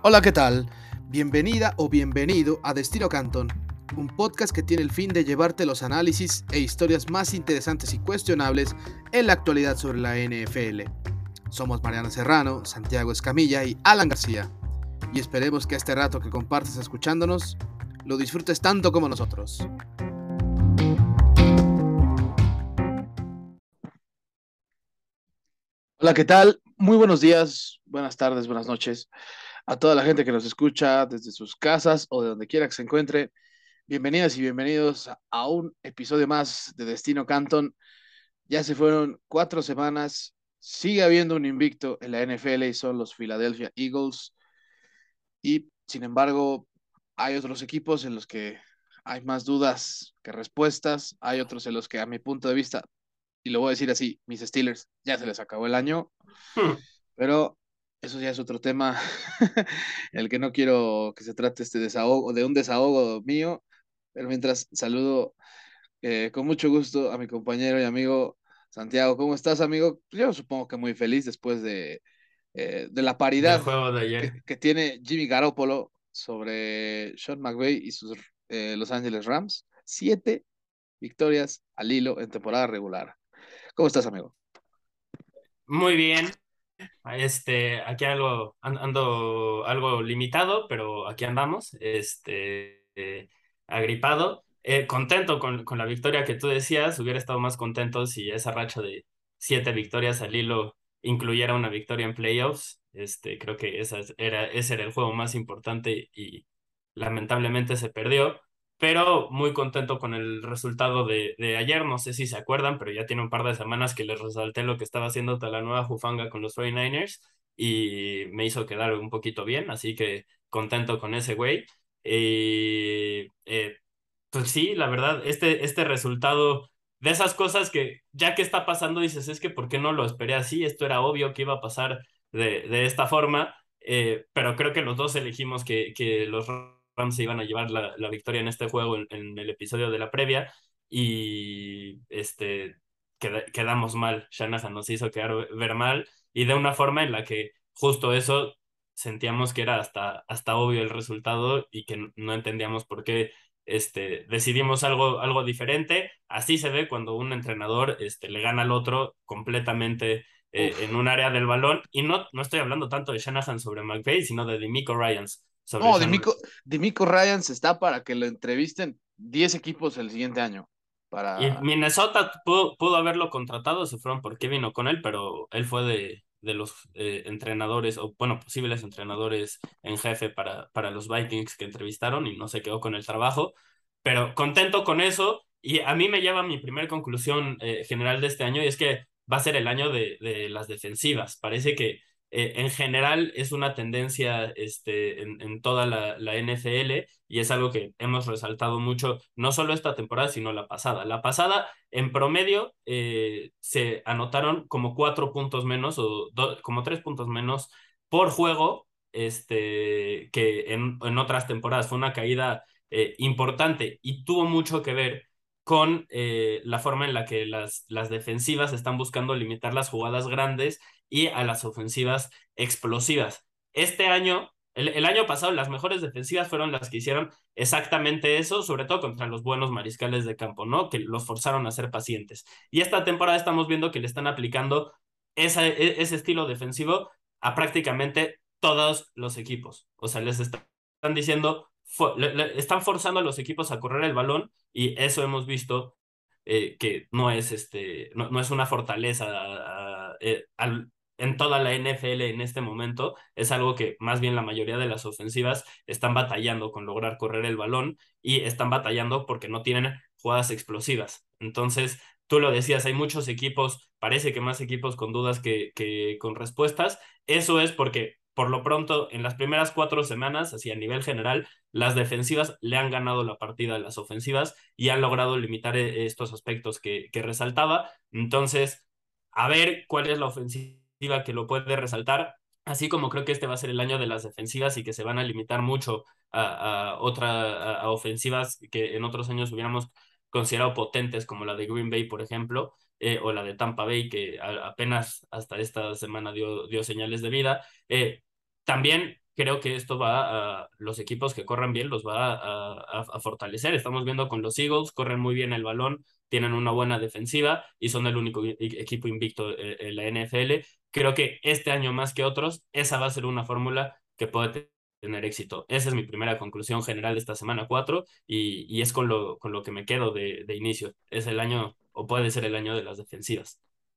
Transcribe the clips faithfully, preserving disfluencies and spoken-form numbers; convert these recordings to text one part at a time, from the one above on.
Hola, ¿qué tal? Bienvenida o bienvenido a Destino Canton, un podcast que tiene el fin de llevarte los análisis e historias más interesantes y cuestionables en la actualidad sobre la N F L. Somos Mariana Serrano, Santiago Escamilla y Alan García, y esperemos que este rato que compartes escuchándonos lo disfrutes tanto como nosotros. Hola, ¿qué tal? Muy buenos días, buenas tardes, buenas noches a toda la gente que nos escucha desde sus casas o de donde quiera que se encuentre. Bienvenidas y bienvenidos a un episodio más de Destino Canton. Ya se fueron cuatro semanas, sigue habiendo un invicto en la N F L y son los Philadelphia Eagles. Y sin embargo, hay otros equipos en los que hay más dudas que respuestas. Hay otros en los que, a mi punto de vista, y lo voy a decir así, mis Steelers ya se les acabó el año, Hmm. pero eso ya es otro tema en el que no quiero que se trate este desahogo, de un desahogo mío. Pero mientras saludo eh, con mucho gusto a mi compañero y amigo Santiago. ¿Cómo estás, amigo? Yo supongo que muy feliz después de, eh, de la Del paridad juego de que, ayer. que tiene Jimmy Garoppolo sobre Sean McVay y sus eh, Los Angeles Rams. Siete victorias al hilo en temporada regular. ¿Cómo estás, amigo? Muy bien. Este, aquí algo, an- ando algo limitado, pero aquí andamos. Este, eh, agripado. Eh, contento con, con la victoria que tú decías. Hubiera estado más contento si esa racha de siete victorias al hilo incluyera una victoria en playoffs. Este, creo que esa es- era, ese era el juego más importante y lamentablemente se perdió. Pero muy contento con el resultado de, de ayer. No sé si se acuerdan, pero ya tiene un par de semanas que les resalté lo que estaba haciendo toda la nueva jufanga con los cuarenta y nueve ers y me hizo quedar un poquito bien, así que contento con ese güey. Y eh, pues sí, la verdad, este, este resultado de esas cosas que ya que está pasando dices, es que ¿por qué no lo esperé así? Esto era obvio que iba a pasar de, de esta forma, eh, pero creo que los dos elegimos que, que los Rams se iban a llevar la, la victoria en este juego en, en el episodio de la previa y este queda- quedamos mal. Shanahan nos hizo quedar ver mal y de una forma en la que justo eso sentíamos que era hasta, hasta obvio el resultado y que no entendíamos por qué este, decidimos algo, algo diferente. Así se ve cuando un entrenador este, le gana al otro completamente eh, en Uf. un área del balón. Y no, no estoy hablando tanto de Shanahan sobre McVay, sino de Demico Ryans sobre No, Sean McVay. Dimico, Dimico Ryans está para que lo entrevisten diez equipos el siguiente año. Y Para... Minnesota pudo, pudo haberlo contratado, se fueron por Kevin O'Connell, pero él fue de, de los eh, entrenadores, o bueno, posibles entrenadores en jefe para, para los Vikings que entrevistaron y no se quedó con el trabajo. Pero contento con eso, y a mí me lleva a mi primer conclusión eh, general de este año, y es que va a ser el año de, de las defensivas. Parece que eh, en general es una tendencia este, en, en toda la, la N F L y es algo que hemos resaltado mucho, no solo esta temporada, sino la pasada. La pasada, en promedio, eh, se anotaron como cuatro puntos menos o do, como tres puntos menos por juego este, que en, en otras temporadas. Fue una caída eh, importante y tuvo mucho que ver con eh, la forma en la que las, las defensivas están buscando limitar las jugadas grandes y a las ofensivas explosivas. Este año, el, el año pasado, las mejores defensivas fueron las que hicieron exactamente eso, sobre todo contra los buenos mariscales de campo, ¿no? Que los forzaron a ser pacientes. Y esta temporada estamos viendo que le están aplicando esa, e, ese estilo defensivo a prácticamente todos los equipos. O sea, les están diciendo, le, le, están forzando a los equipos a correr el balón y eso hemos visto eh, que no es, este, no, no es una fortaleza uh, eh, al, en toda la N F L en este momento. Es algo que más bien la mayoría de las ofensivas están batallando con lograr correr el balón y están batallando porque no tienen jugadas explosivas. Entonces, tú lo decías, hay muchos equipos, parece que más equipos con dudas que, que con respuestas. Eso es porque por lo pronto en las primeras cuatro semanas, así a nivel general, las defensivas le han ganado la partida a las ofensivas y han logrado limitar eh, estos aspectos que, que resaltaba. Entonces, a ver cuál es la ofensiva que lo puede resaltar, así como creo que este va a ser el año de las defensivas y que se van a limitar mucho a, a otra, a, a ofensivas que en otros años hubiéramos considerado potentes, como la de Green Bay, por ejemplo, eh, o la de Tampa Bay, que a, apenas hasta esta semana dio, dio señales de vida. Eh, también creo que esto va a, los equipos que corran bien los va a, a, a fortalecer. Estamos viendo con los Eagles, corren muy bien el balón, tienen una buena defensiva y son el único e- equipo invicto eh, en la N F L. Creo que este año más que otros, esa va a ser una fórmula que puede tener éxito. Esa es mi primera conclusión general de esta semana cuatro y, y es con lo, con lo que me quedo de, de inicio. Es el año, o puede ser el año de las defensivas.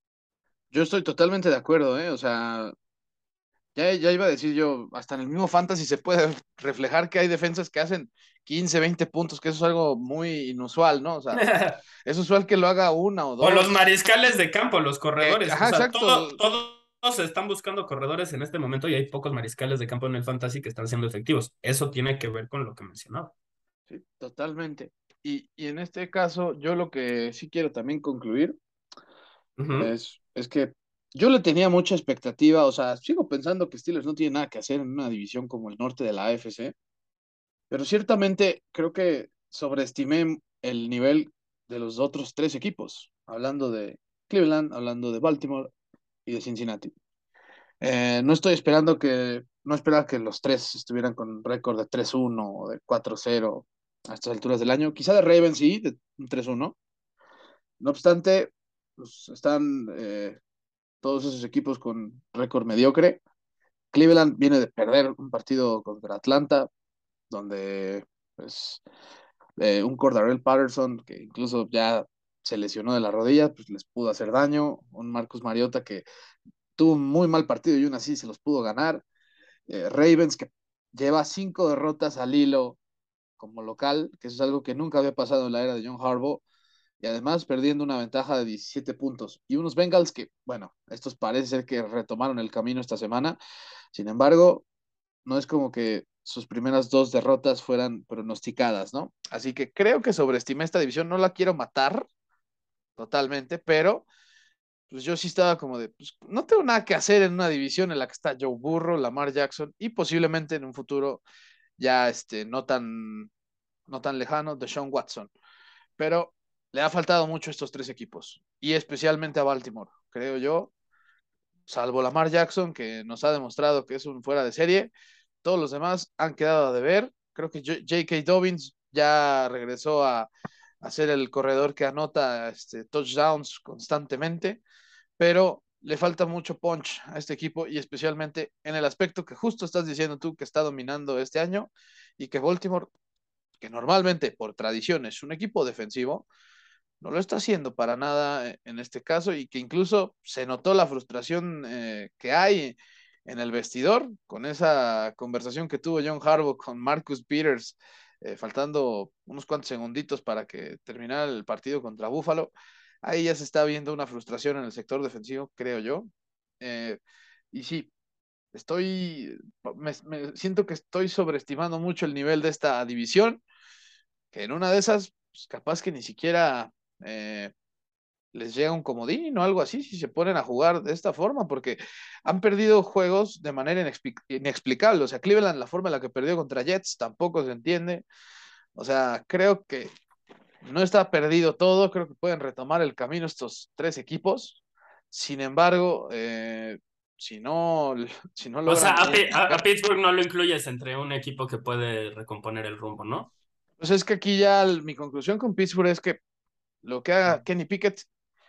Yo estoy totalmente de acuerdo, ¿eh? O sea, ya, ya iba a decir yo, hasta en el mismo Fantasy se puede reflejar que hay defensas que hacen quince veinte puntos, que eso es algo muy inusual, ¿no? O sea, es usual que lo haga una o O los dos. mariscales de campo, los Eh, corredores. O ajá, sea, exacto. todo, todos están buscando corredores en este momento y hay pocos mariscales de campo en el fantasy que están siendo efectivos. Eso tiene que ver con lo que mencionaba. Sí, totalmente. Y, y en este caso, yo lo que sí quiero también concluir Ujú. es, es que yo le tenía mucha expectativa, o sea, sigo pensando que Steelers no tiene nada que hacer en una división como el norte de la A F C, pero ciertamente creo que sobreestimé el nivel de los otros tres equipos, hablando de Cleveland, hablando de Baltimore y de Cincinnati. Eh, no estoy esperando que, no esperaba que los tres estuvieran con récord de tres uno o de cuatro cero a estas alturas del año. Quizá de Ravens sí, de un tres uno. No obstante, pues están eh, todos esos equipos con récord mediocre. Cleveland viene de perder un partido contra Atlanta, donde pues, eh, un Cordarrelle Patterson, que incluso ya se lesionó de la rodilla, pues les pudo hacer daño. Un Marcus Mariota que tuvo un muy mal partido y aún así se los pudo ganar. Eh, Ravens que lleva cinco derrotas al hilo como local, que eso es algo que nunca había pasado en la era de John Harbaugh, y además perdiendo una ventaja de diecisiete puntos. Y unos Bengals que, bueno, estos parece ser que retomaron el camino esta semana. Sin embargo, no es como que sus primeras dos derrotas fueran pronosticadas, ¿no? Así que creo que sobreestimé esta división, no la quiero matar totalmente, pero pues yo sí estaba como de, pues no tengo nada que hacer en una división en la que está Joe Burrow, Lamar Jackson y posiblemente en un futuro ya este, no tan, no tan lejano, de Sean Watson. Pero le ha faltado mucho a estos tres equipos y especialmente a Baltimore, creo yo, salvo Lamar Jackson, que nos ha demostrado que es un fuera de serie. Todos los demás han quedado a deber. Creo que J K. Dobbins ya regresó a, a ser el corredor que anota este, touchdowns constantemente, pero le falta mucho punch a este equipo y especialmente en el aspecto que justo estás diciendo tú que está dominando este año y que Baltimore, que normalmente por tradición es un equipo defensivo, no lo está haciendo para nada eh, en este caso y que incluso se notó la frustración eh, que hay en el vestidor con esa conversación que tuvo John Harbaugh con Marcus Peters, eh, faltando unos cuantos segunditos para que terminara el partido contra Buffalo. Ahí ya se está viendo una frustración en el sector defensivo, creo yo. Eh, y sí, estoy, me, me siento que estoy sobreestimando mucho el nivel de esta división, que en una de esas, pues, capaz que ni siquiera eh, les llega un comodín o algo así si se ponen a jugar de esta forma, porque han perdido juegos de manera inexplic- inexplicable. O sea, Cleveland, la forma en la que perdió contra Jets tampoco se entiende. O sea, creo que no está perdido todo, creo que pueden retomar el camino estos tres equipos. Sin embargo, eh, si no, si no O sea, logran a, Pi- a- a sacar, Pittsburgh no lo incluyes entre un equipo que puede recomponer el rumbo, ¿no? pues es que aquí ya el- mi conclusión con Pittsburgh es que lo que haga Kenny Pickett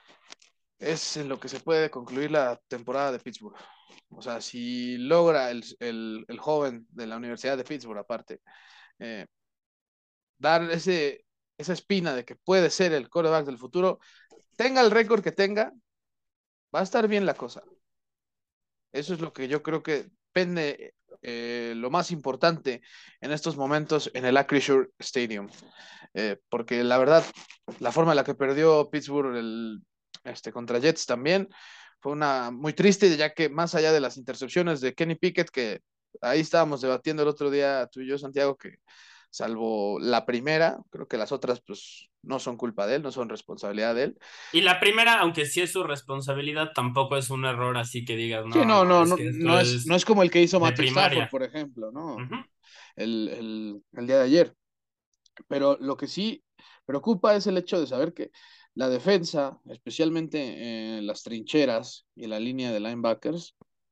es en lo que se puede concluir la temporada de Pittsburgh. O sea, si logra el, el, el joven de la Universidad de Pittsburgh, aparte, eh, dar ese, esa espina de que puede ser el quarterback del futuro, tenga el récord que tenga, va a estar bien la cosa. Eso es lo que yo creo que depende eh, lo más importante en estos momentos en el Acrisure Stadium. Eh, porque la verdad, la forma en la que perdió Pittsburgh el, este, contra Jets también fue una muy triste, ya que más allá de las intercepciones de Kenny Pickett, que ahí estábamos debatiendo el otro día tú y yo, Santiago, que salvo la primera, creo que las otras pues no son culpa de él, no son responsabilidad de él. Y la primera, aunque sí es su responsabilidad, tampoco es un error así que digas, Sí, no, no, no, no, es no, que esto no es, no es es como el que hizo de Matthew Stafford, primaria. por ejemplo, ¿no? Ujú. El, el, el día de ayer. Pero lo que sí preocupa es el hecho de saber que la defensa, especialmente en las trincheras y en la línea de linebackers,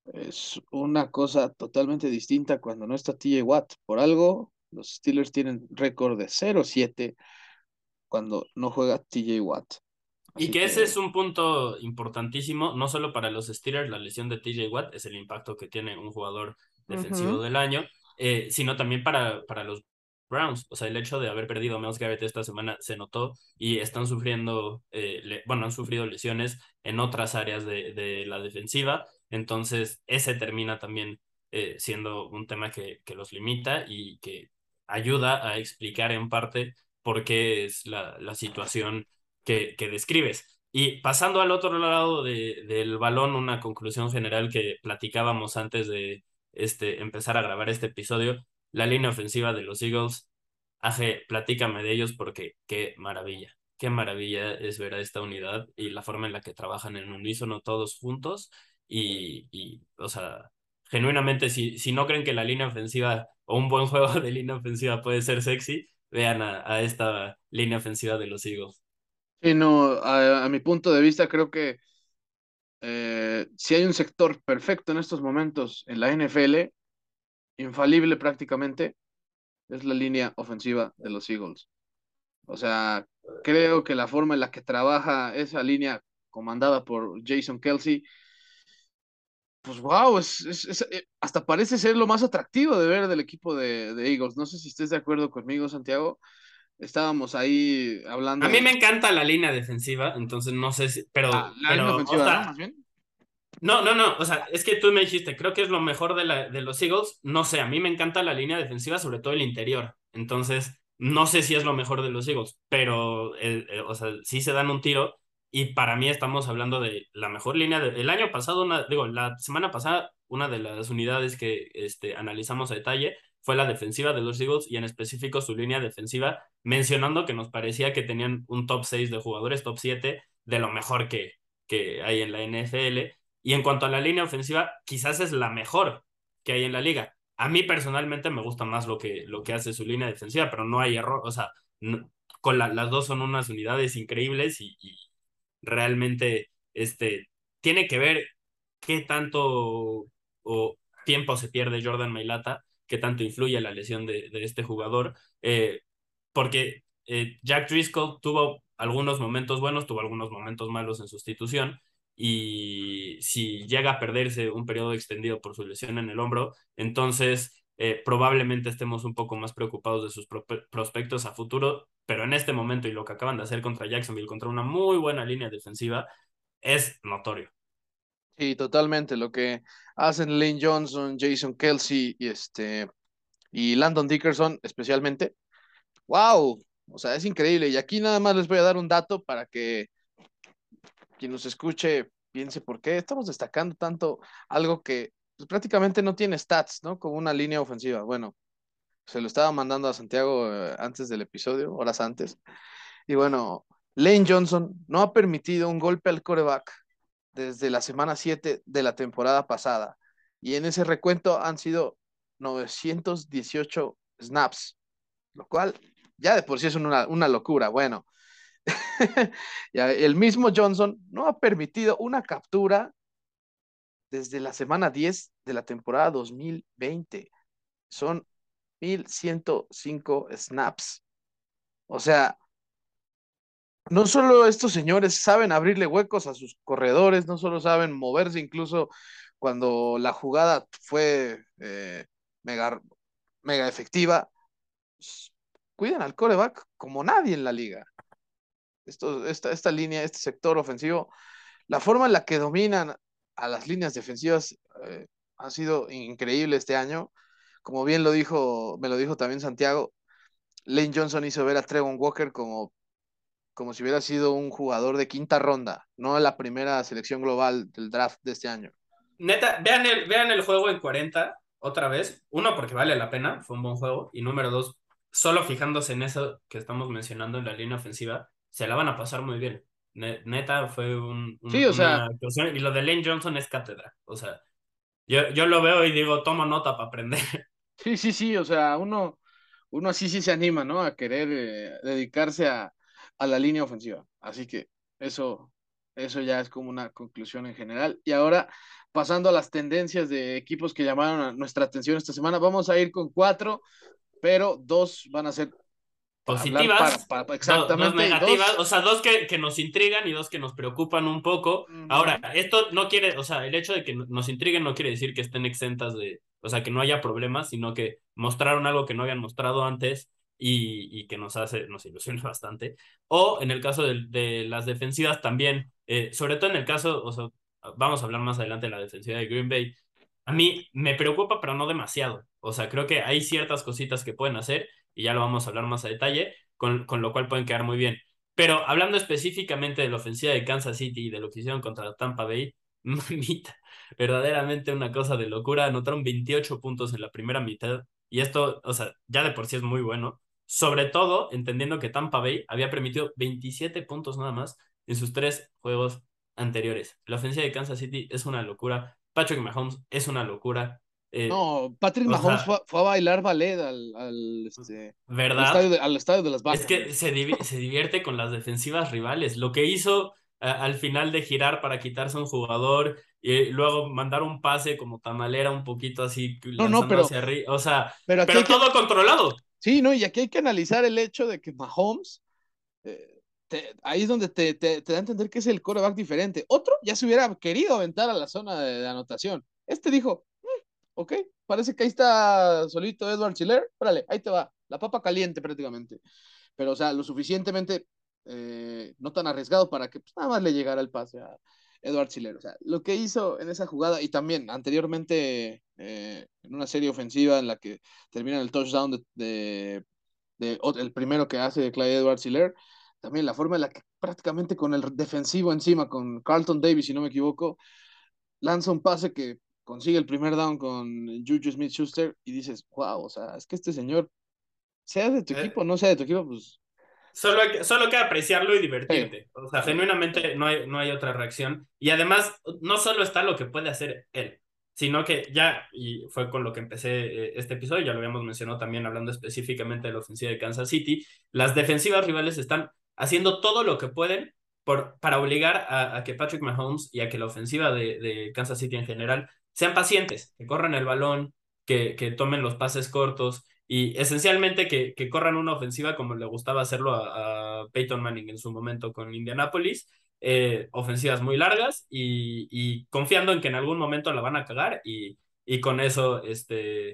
Es una cosa totalmente distinta cuando no está T J Watt. Por algo, los Steelers tienen récord de cero siete cuando no juega T J Watt. Y Así que ese que, es un punto importantísimo, no solo para los Steelers, la lesión de T J Watt es el impacto que tiene un jugador defensivo ujú. del año, eh, sino también para, para los Browns. O sea, el hecho de haber perdido a Myles Garrett esta semana se notó y están sufriendo, eh, le- bueno, han sufrido lesiones en otras áreas de, de la defensiva. Entonces, ese termina también eh, siendo un tema que, que los limita y que ayuda a explicar en parte por qué es la, la situación que, que describes. Y pasando al otro lado de, del balón, una conclusión general que platicábamos antes de este, empezar a grabar este episodio, la línea ofensiva de los Eagles, Aje, platícame de ellos porque qué maravilla, qué maravilla es ver a esta unidad y la forma en la que trabajan en unísono todos juntos y, y o sea, genuinamente, si, si no creen que la línea ofensiva o un buen juego de línea ofensiva puede ser sexy, vean a, a esta línea ofensiva de los Eagles. Sí, no, a, a mi punto de vista, creo que eh, si hay un sector perfecto en estos momentos en la N F L, infalible prácticamente, es la línea ofensiva de los Eagles. O sea, creo que la forma en la que trabaja esa línea comandada por Jason Kelsey, pues wow, es, es- es, eh, hasta parece ser lo más atractivo de ver del equipo de, de Eagles. No sé si estés de acuerdo conmigo, Santiago. Estábamos ahí A hablando mí de me encanta la línea defensiva, entonces no sé si, la, pero, la línea pero, o ofensiva, ¿no? sea, Más bien. no, no, no, o sea, es que tú me dijiste, creo que es lo mejor de, la, de los Eagles, no sé, a mí me encanta la línea defensiva, sobre todo el interior, entonces no sé si es lo mejor de los Eagles, pero, eh, eh, o sea, sí se dan un tiro y para mí estamos hablando de la mejor línea de, el año pasado, una, digo, la semana pasada, una de las unidades que este, analizamos a detalle fue la defensiva de los Eagles y en específico su línea defensiva, mencionando que nos parecía que tenían un top seis de jugadores, top siete de lo mejor que, que hay en la N F L. Y en cuanto a la línea ofensiva, quizás es la mejor que hay en la liga. A mí personalmente me gusta más lo que, lo que hace su línea defensiva, pero no hay error. O sea, no, con la, las dos son unas unidades increíbles y, y realmente este, tiene que ver qué tanto o tiempo se pierde Jordan Mailata, qué tanto influye la lesión de, de este jugador, eh, porque eh, Jack Driscoll tuvo algunos momentos buenos, tuvo algunos momentos malos en sustitución, y si llega a perderse un periodo extendido por su lesión en el hombro, entonces eh, probablemente estemos un poco más preocupados de sus pro prospectos a futuro, pero en este momento y lo que acaban de hacer contra Jacksonville, contra una muy buena línea defensiva, es notorio. Sí, totalmente. Lo que hacen Lane Johnson, Jason Kelsey y este y Landon Dickerson especialmente. Wow, o sea, es increíble. Y aquí nada más les voy a dar un dato para que quien nos escuche piense por qué estamos destacando tanto algo que pues, prácticamente no tiene stats, ¿no? Como una línea ofensiva. Bueno, se lo estaba mandando a Santiago eh, antes del episodio, horas antes. Y bueno, Lane Johnson no ha permitido un golpe al coreback desde la semana siete de la temporada pasada. Y en ese recuento han sido novecientos dieciocho snaps, lo cual ya de por sí es una, una locura. Bueno, ya, el mismo Johnson no ha permitido una captura desde la semana diez de la temporada dos mil veinte. Son mil ciento cinco snaps. O sea, no solo estos señores saben abrirle huecos a sus corredores, no solo saben moverse, incluso cuando la jugada fue eh, mega, mega efectiva, pues, cuidan al coreback como nadie en la liga. Esto, esta, esta línea, este sector ofensivo, la forma en la que dominan a las líneas defensivas eh, ha sido increíble este año. Como bien lo dijo, me lo dijo también Santiago, Lane Johnson hizo ver a Trevon Walker como, como si hubiera sido un jugador de quinta ronda, no la primera selección global del draft de este año. Neta, vean el, vean el juego en cuarenta otra vez. Uno, porque vale la pena, fue un buen juego. Y número dos, solo fijándose en eso que estamos mencionando en la línea ofensiva, se la van a pasar muy bien. Neta, fue un, Sí, un, o sea, una actuación. Y lo de Lane Johnson es cátedra. O sea, yo, yo lo veo y digo, tomo nota para aprender. sí, sí, sí, o sea, uno, uno así sí se anima, ¿no? A querer eh, dedicarse a, a la línea ofensiva. Así que eso, Eso ya es como una conclusión en general. Y ahora, pasando a las tendencias de equipos que llamaron a nuestra atención esta semana, vamos a ir con cuatro, pero dos van a ser para hablar para, Positivas, para do- dos exactamente, y negativas, o dos. sea, dos que, que nos intrigan y dos que nos preocupan un poco. Ahora, Ujú. esto no quiere, o sea, el hecho de que nos intriguen no quiere decir que estén exentas de, o sea, que no haya problemas, sino que mostraron algo que no habían mostrado antes y, y que nos hace, nos ilusiona bastante. O en el caso de, de las defensivas también, eh, sobre todo en el caso, o sea, vamos a hablar más adelante de la defensiva de Green Bay. A mí me preocupa, pero no demasiado. O sea, creo que hay ciertas cositas que pueden hacer y ya lo vamos a hablar más a detalle, con, con lo cual pueden quedar muy bien. Pero hablando específicamente de la ofensiva de Kansas City y de lo que hicieron contra Tampa Bay, mamita, verdaderamente una cosa de locura. Anotaron veintiocho puntos en la primera mitad y esto, o sea, ya de por sí es muy bueno. Sobre todo entendiendo que Tampa Bay había permitido veintisiete puntos nada más en sus tres juegos anteriores. La ofensiva de Kansas City es una locura. Patrick Mahomes es una locura. Eh, No, Patrick o Mahomes fue, sea, fue a bailar ballet al, al, este, al estadio ¿verdad? de, al estadio de las Es que Buccaneers. se, divi- se divierte con las defensivas rivales. Lo que hizo a- al final de girar para quitarse a un jugador y luego mandar un pase como tamalera un poquito así No, no, lanzando pero, hacia arriba. O sea, pero aquí hay pero que, todo controlado. sí, no, y aquí hay que analizar el hecho de que Mahomes, eh, te- ahí es donde te, te, te da a entender que es el quarterback diferente. Otro ya se hubiera querido aventar a la zona de, de anotación. Este dijo, ok, parece que ahí está solito Edward Chiller, órale, ahí te va, la papa caliente prácticamente. Pero, o sea, lo suficientemente eh, no tan arriesgado para que pues, nada más le llegara el pase a Edward Chiller. O sea, lo que hizo en esa jugada y también anteriormente eh, en una serie ofensiva en la que termina el touchdown de, de, de, de el primero que hace de Clyde Edward Chiller, también la forma en la que prácticamente con el defensivo encima, con Carlton Davis, si no me equivoco, lanza un pase que consigue el primer down con Juju Smith-Schuster y dices, wow, o sea, es que este señor, sea de tu equipo Eh, o no sea de tu equipo, pues, Solo hay que, solo que apreciarlo y sí, divertirte. O sea, sí, genuinamente no hay, no hay otra reacción. Y además, no solo está lo que puede hacer él, sino que ya, y fue con lo que empecé eh, este episodio, ya lo habíamos mencionado también hablando específicamente de la ofensiva de Kansas City, las defensivas rivales están haciendo todo lo que pueden por, para obligar a, a que Patrick Mahomes y a que la ofensiva de, de Kansas City en general sean pacientes, que corran el balón, que, que tomen los pases cortos y esencialmente que, que corran una ofensiva como le gustaba hacerlo a, a Peyton Manning en su momento con Indianapolis, eh, ofensivas muy largas y, y, confiando en que en algún momento la van a cagar y, y con eso este,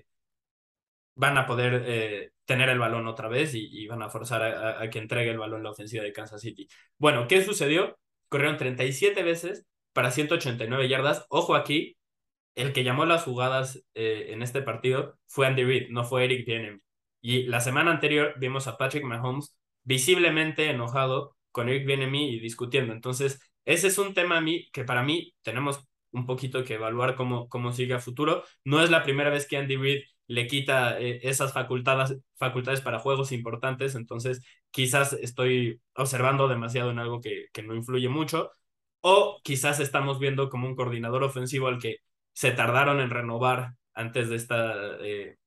van a poder eh, tener el balón otra vez y, y van a forzar a, a, a, que entregue el balón la ofensiva de Kansas City. Bueno, ¿qué sucedió? Corrieron treinta y siete veces para ciento ochenta y nueve yardas. Ojo aquí, el que llamó las jugadas eh, en este partido fue Andy Reid, no fue Eric Bieniemy. Y la semana anterior vimos a Patrick Mahomes visiblemente enojado con Eric Bieniemy y discutiendo. Entonces, ese es un tema a mí que para mí tenemos un poquito que evaluar cómo, cómo sigue a futuro. No es la primera vez que Andy Reid le quita eh, esas facultades, facultades para juegos importantes, entonces quizás estoy observando demasiado en algo que, que no influye mucho, o quizás estamos viendo como un coordinador ofensivo al que se tardaron en renovar antes de esta, eh,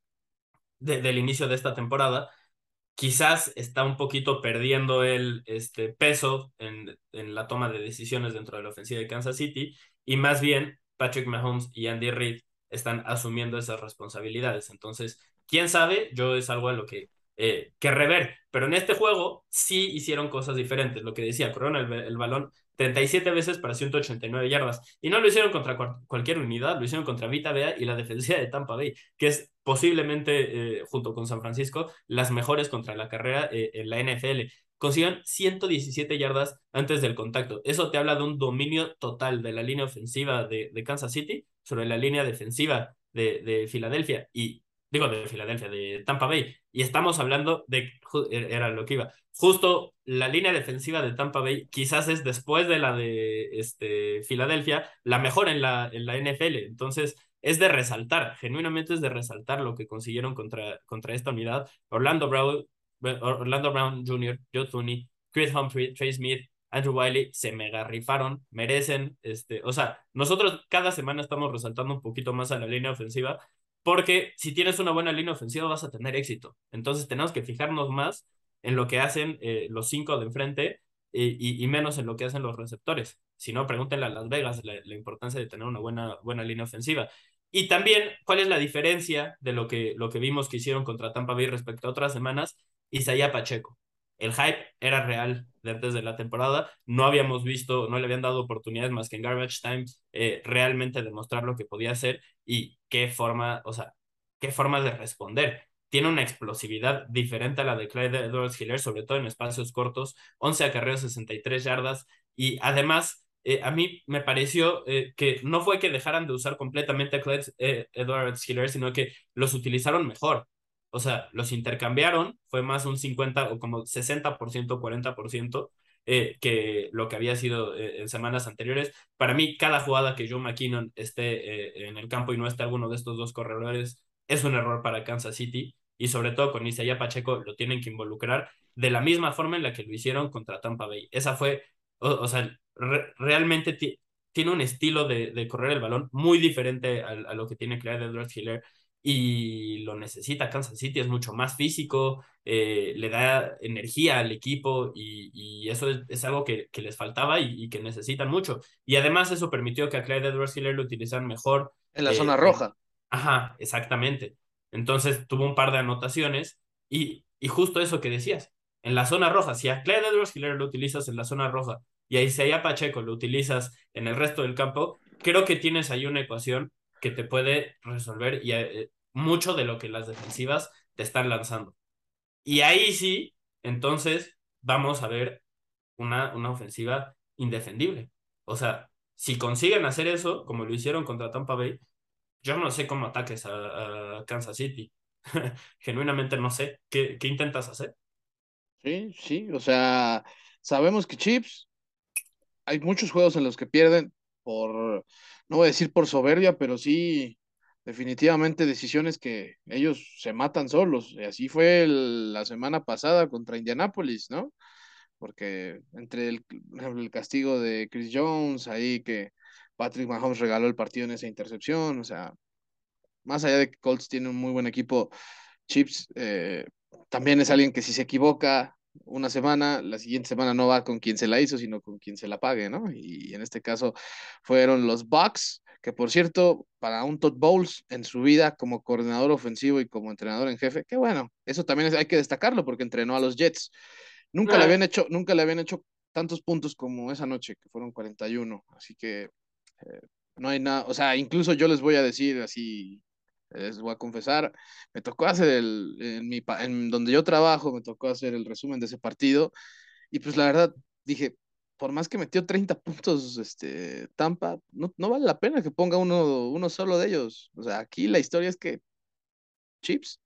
de, del inicio de esta temporada, quizás está un poquito perdiendo el este, peso en, en, la toma de decisiones dentro de la ofensiva de Kansas City y más bien Patrick Mahomes y Andy Reid están asumiendo esas responsabilidades. Entonces, quién sabe, yo es algo a lo que, eh, que rever, pero en este juego sí hicieron cosas diferentes. Lo que decía, corrieron el, el balón treinta y siete veces para ciento ochenta y nueve yardas. Y no lo hicieron contra cual, cualquier unidad, lo hicieron contra Vita Vea y la defensiva de Tampa Bay, que es posiblemente, eh, junto con San Francisco, las mejores contra la carrera eh, en la N F L. Consiguieron ciento diecisiete yardas antes del contacto. Eso te habla de un dominio total de la línea ofensiva de, de Kansas City sobre la línea defensiva de, de Filadelfia. Y digo de Filadelfia, de Tampa Bay. Y estamos hablando de, era lo que iba, justo la línea defensiva de Tampa Bay quizás es después de la de este, Filadelfia, la mejor en la, en la N F L. Entonces, es de resaltar, genuinamente es de resaltar lo que consiguieron contra, contra esta unidad. Orlando Brown, Orlando Brown junior, Joe Thuney, Chris Humphrey, Trey Smith, Andrew Wiley, se mega rifaron, merecen, este, o sea, nosotros cada semana estamos resaltando un poquito más a la línea ofensiva, porque si tienes una buena línea ofensiva vas a tener éxito. Entonces tenemos que fijarnos más en lo que hacen eh, los cinco de enfrente eh, y, y menos en lo que hacen los receptores. Si no, pregúntenle a Las Vegas la, la importancia de tener una buena, buena línea ofensiva. Y también, ¿cuál es la diferencia de lo que, lo que vimos que hicieron contra Tampa Bay respecto a otras semanas? Isaiah Pacheco. El hype era real de antes de la temporada. No habíamos visto, no le habían dado oportunidades más que en Garbage Time eh, realmente demostrar lo que podía hacer y qué forma, o sea, qué forma de responder. Tiene una explosividad diferente a la de Clyde Edwards-Helaire, sobre todo en espacios cortos, once acarreos, sesenta y tres yardas, y además eh, a mí me pareció eh, que no fue que dejaran de usar completamente a Clyde eh, Edwards-Helaire, sino que los utilizaron mejor. O sea, los intercambiaron, fue más un cincuenta o como sesenta por ciento, cuarenta por ciento eh, que lo que había sido eh, en semanas anteriores. Para mí, cada jugada que Joe McKinnon esté eh, en el campo y no esté alguno de estos dos corredores es un error para Kansas City y sobre todo con Isaiah Pacheco lo tienen que involucrar de la misma forma en la que lo hicieron contra Tampa Bay. Esa fue, o, o sea, re, realmente tiene un estilo de, de, correr el balón muy diferente a, a lo que tiene Clyde Edwards-Helaire y lo necesita Kansas City, es mucho más físico, eh, le da energía al equipo y, y eso es, es, algo que, que les faltaba y, y, que necesitan mucho. Y además eso permitió que a Clyde Edwards-Helaire lo utilizaran mejor. En la zona Eh, roja. ajá, exactamente. Entonces tuvo un par de anotaciones y, y justo eso que decías, en la zona roja, si a Clyde Edwards-Helaire lo utilizas en la zona roja y a Isaiah Pacheco lo utilizas en el resto del campo, creo que tienes ahí una ecuación que te puede resolver y, eh, mucho de lo que las defensivas te están lanzando. Y ahí sí, entonces vamos a ver una, una ofensiva indefendible. O sea, si consiguen hacer eso, como lo hicieron contra Tampa Bay, yo no sé cómo ataques a, a Kansas City. Genuinamente no sé. ¿Qué, qué intentas hacer? Sí, sí, o sea, sabemos que Chips, hay muchos juegos en los que pierden por, no voy a decir por soberbia, pero sí, definitivamente decisiones que ellos se matan solos. Y así fue el- la semana pasada contra Indianapolis, ¿no? Porque entre el, el castigo de Chris Jones, ahí que Patrick Mahomes regaló el partido en esa intercepción, o sea, más allá de que Colts tiene un muy buen equipo, Chips eh, también es alguien que si se equivoca una semana, la siguiente semana no va con quien se la hizo, sino con quien se la pague, ¿no? Y en este caso fueron los Bucks, que por cierto, para un Todd Bowles en su vida como coordinador ofensivo y como entrenador en jefe, que bueno, eso también es- hay que destacarlo porque entrenó a los Jets. Nunca le habían Ah, hecho, nunca le habían hecho tantos puntos como esa noche, que fueron cuarenta y uno. Así que eh, no hay nada, o sea, incluso yo les voy a decir así, les voy a confesar, me tocó hacer el, en mi, pa- en donde yo trabajo, me tocó hacer el resumen de ese partido y pues la verdad dije, por más que metió treinta puntos este, Tampa, no, no vale la pena que ponga uno, uno solo de ellos. O sea, aquí la historia es que Chips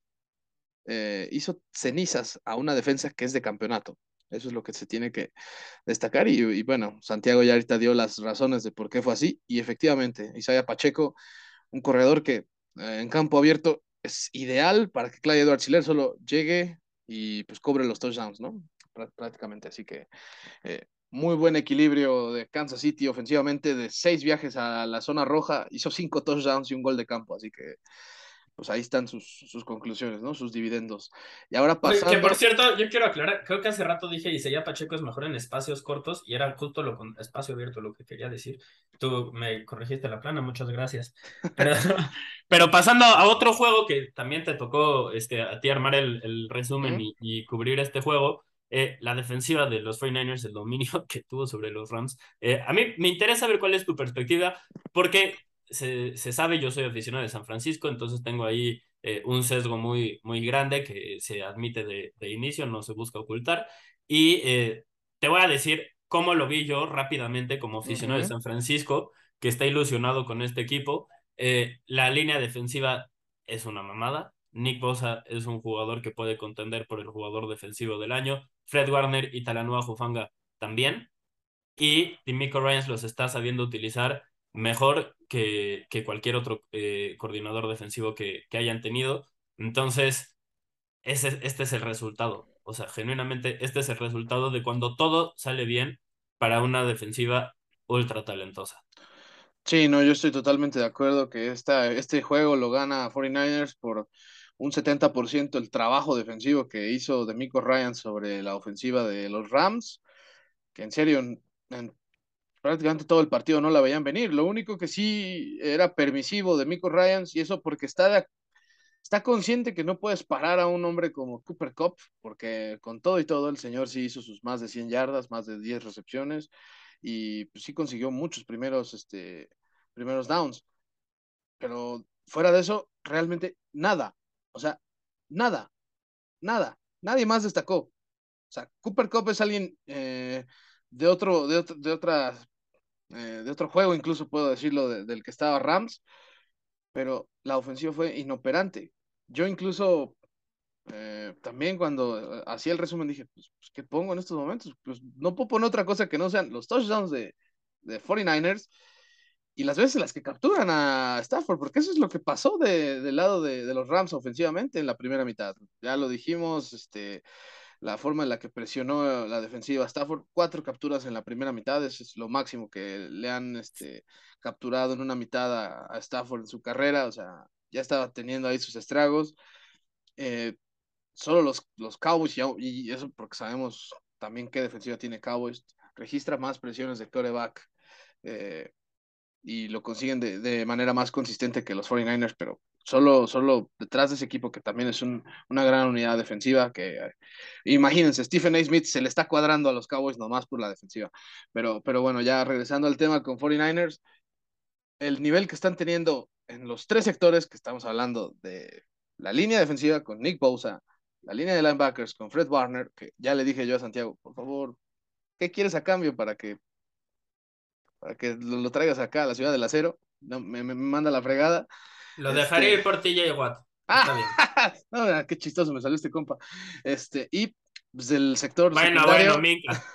eh, hizo cenizas a una defensa que es de campeonato. Eso es lo que se tiene que destacar y, y bueno, Santiago ya ahorita dio las razones de por qué fue así y efectivamente, Isaiah Pacheco, un corredor que eh, en campo abierto es ideal para que Clyde Edwards-Helaire solo llegue y pues cobre los touchdowns, ¿no? Prá- Prácticamente, así que eh, muy buen equilibrio de Kansas City ofensivamente, de seis viajes a la zona roja, hizo cinco touchdowns y un gol de campo, así que pues ahí están sus, sus conclusiones, ¿no? Sus dividendos. Y ahora oye, que por pasando... cierto, yo quiero aclarar, creo que hace rato dije Isaiah Pacheco es mejor en espacios cortos y era justo lo con espacio abierto lo que quería decir. Tú me corregiste la plana, muchas gracias. Pero, pero pasando a otro juego que también te tocó este, a ti armar el, el resumen ¿Mm? y, y cubrir este juego, eh, la defensiva de los cuarenta y nueve ers, el dominio que tuvo sobre los Rams. Eh, a mí me interesa ver cuál es tu perspectiva, porque se, se sabe, yo soy aficionado de San Francisco, entonces tengo ahí eh, un sesgo muy, muy grande que se admite de, de inicio, no se busca ocultar. Y eh, te voy a decir cómo lo vi yo rápidamente como aficionado de Ujú. San Francisco, que está ilusionado con este equipo. Eh, la línea defensiva es una mamada. Nick Bosa es un jugador que puede contender por el jugador defensivo del año. Fred Warner y Talanoa Jufanga también. Y Dimico Ryans los está sabiendo utilizar mejor que, que cualquier otro eh, coordinador defensivo que, que hayan tenido. Entonces, ese, este es el resultado. O sea, genuinamente, este es el resultado de cuando todo sale bien para una defensiva ultra talentosa. Sí, no, yo estoy totalmente de acuerdo que esta, este juego lo gana cuarenta y nueve ers por un setenta por ciento el trabajo defensivo que hizo D'Amico Ryan sobre la ofensiva de los Rams, que en serio, en- prácticamente todo el partido no la veían venir. Lo único que sí era permisivo de Miko Ryans, y eso porque está, de- está consciente que no puedes parar a un hombre como Cooper Kupp, porque con todo y todo el señor sí hizo sus más de cien yardas, más de diez recepciones, y pues, sí consiguió muchos primeros, este, primeros downs. Pero fuera de eso, realmente nada. O sea, nada, nada. Nadie más destacó. O sea, Cooper Kupp es alguien eh, de otro, de otro, de otra, eh, de otro juego, incluso puedo decirlo, de- del que estaba Rams, pero la ofensiva fue inoperante. Yo incluso eh, también cuando eh, hacía el resumen dije, pues, pues, ¿qué pongo en estos momentos? Pues no puedo poner otra cosa que no sean los touchdowns de, de cuarenta y nueve ers y las veces en las que capturan a Stafford, porque eso es lo que pasó de, del lado de, de los Rams ofensivamente en la primera mitad. Ya lo dijimos, este, la forma en la que presionó la defensiva a Stafford, cuatro capturas en la primera mitad, eso es lo máximo que le han este, capturado en una mitad a, a Stafford en su carrera, o sea, ya estaba teniendo ahí sus estragos. Eh, Solo los, los Cowboys, y, y eso porque sabemos también qué defensiva tiene Cowboys, registra más presiones de quarterback. Eh, y lo consiguen de, de, manera más consistente que los cuarenta y nueve ers, pero solo, solo detrás de ese equipo que también es un, una gran unidad defensiva, que eh, imagínense, Stephen A. Smith se le está cuadrando a los Cowboys nomás por la defensiva, pero, pero bueno, ya regresando al tema con cuarenta y nueve ers, el nivel que están teniendo en los tres sectores que estamos hablando de la línea defensiva con Nick Bosa, la línea de linebackers con Fred Warner, que ya le dije yo a Santiago, por favor, ¿qué quieres a cambio para que para que lo, lo traigas acá a la ciudad del acero? No, me, me manda la fregada. Lo dejaré Este, ir por T J Watt. ¡ah! Está bien. No, qué chistoso me salió este compa. Este, y pues, del sector Bueno, bueno, secundario. Minka.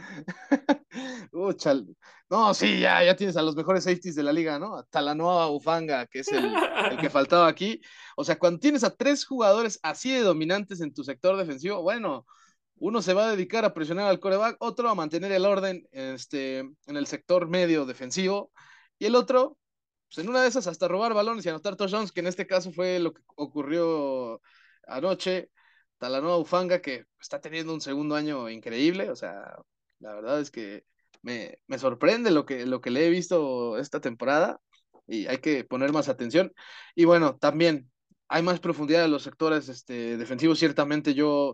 Uh, chal- no, sí, ya, ya tienes a los mejores safeties de la liga, ¿no? A Talanoa Ufanga, que es el, el que faltaba aquí. O sea, cuando tienes a tres jugadores así de dominantes en tu sector defensivo, bueno, uno se va a dedicar a presionar al coreback, otro a mantener el orden este, en el sector medio defensivo, y el otro, pues en una de esas, hasta robar balones y anotar touchdowns, que en este caso fue lo que ocurrió anoche. Talanoa Ufanga, que está teniendo un segundo año increíble, o sea, la verdad es que me, me sorprende lo que, lo que le he visto esta temporada y hay que poner más atención. Y bueno, también hay más profundidad en los sectores este, defensivos. Ciertamente yo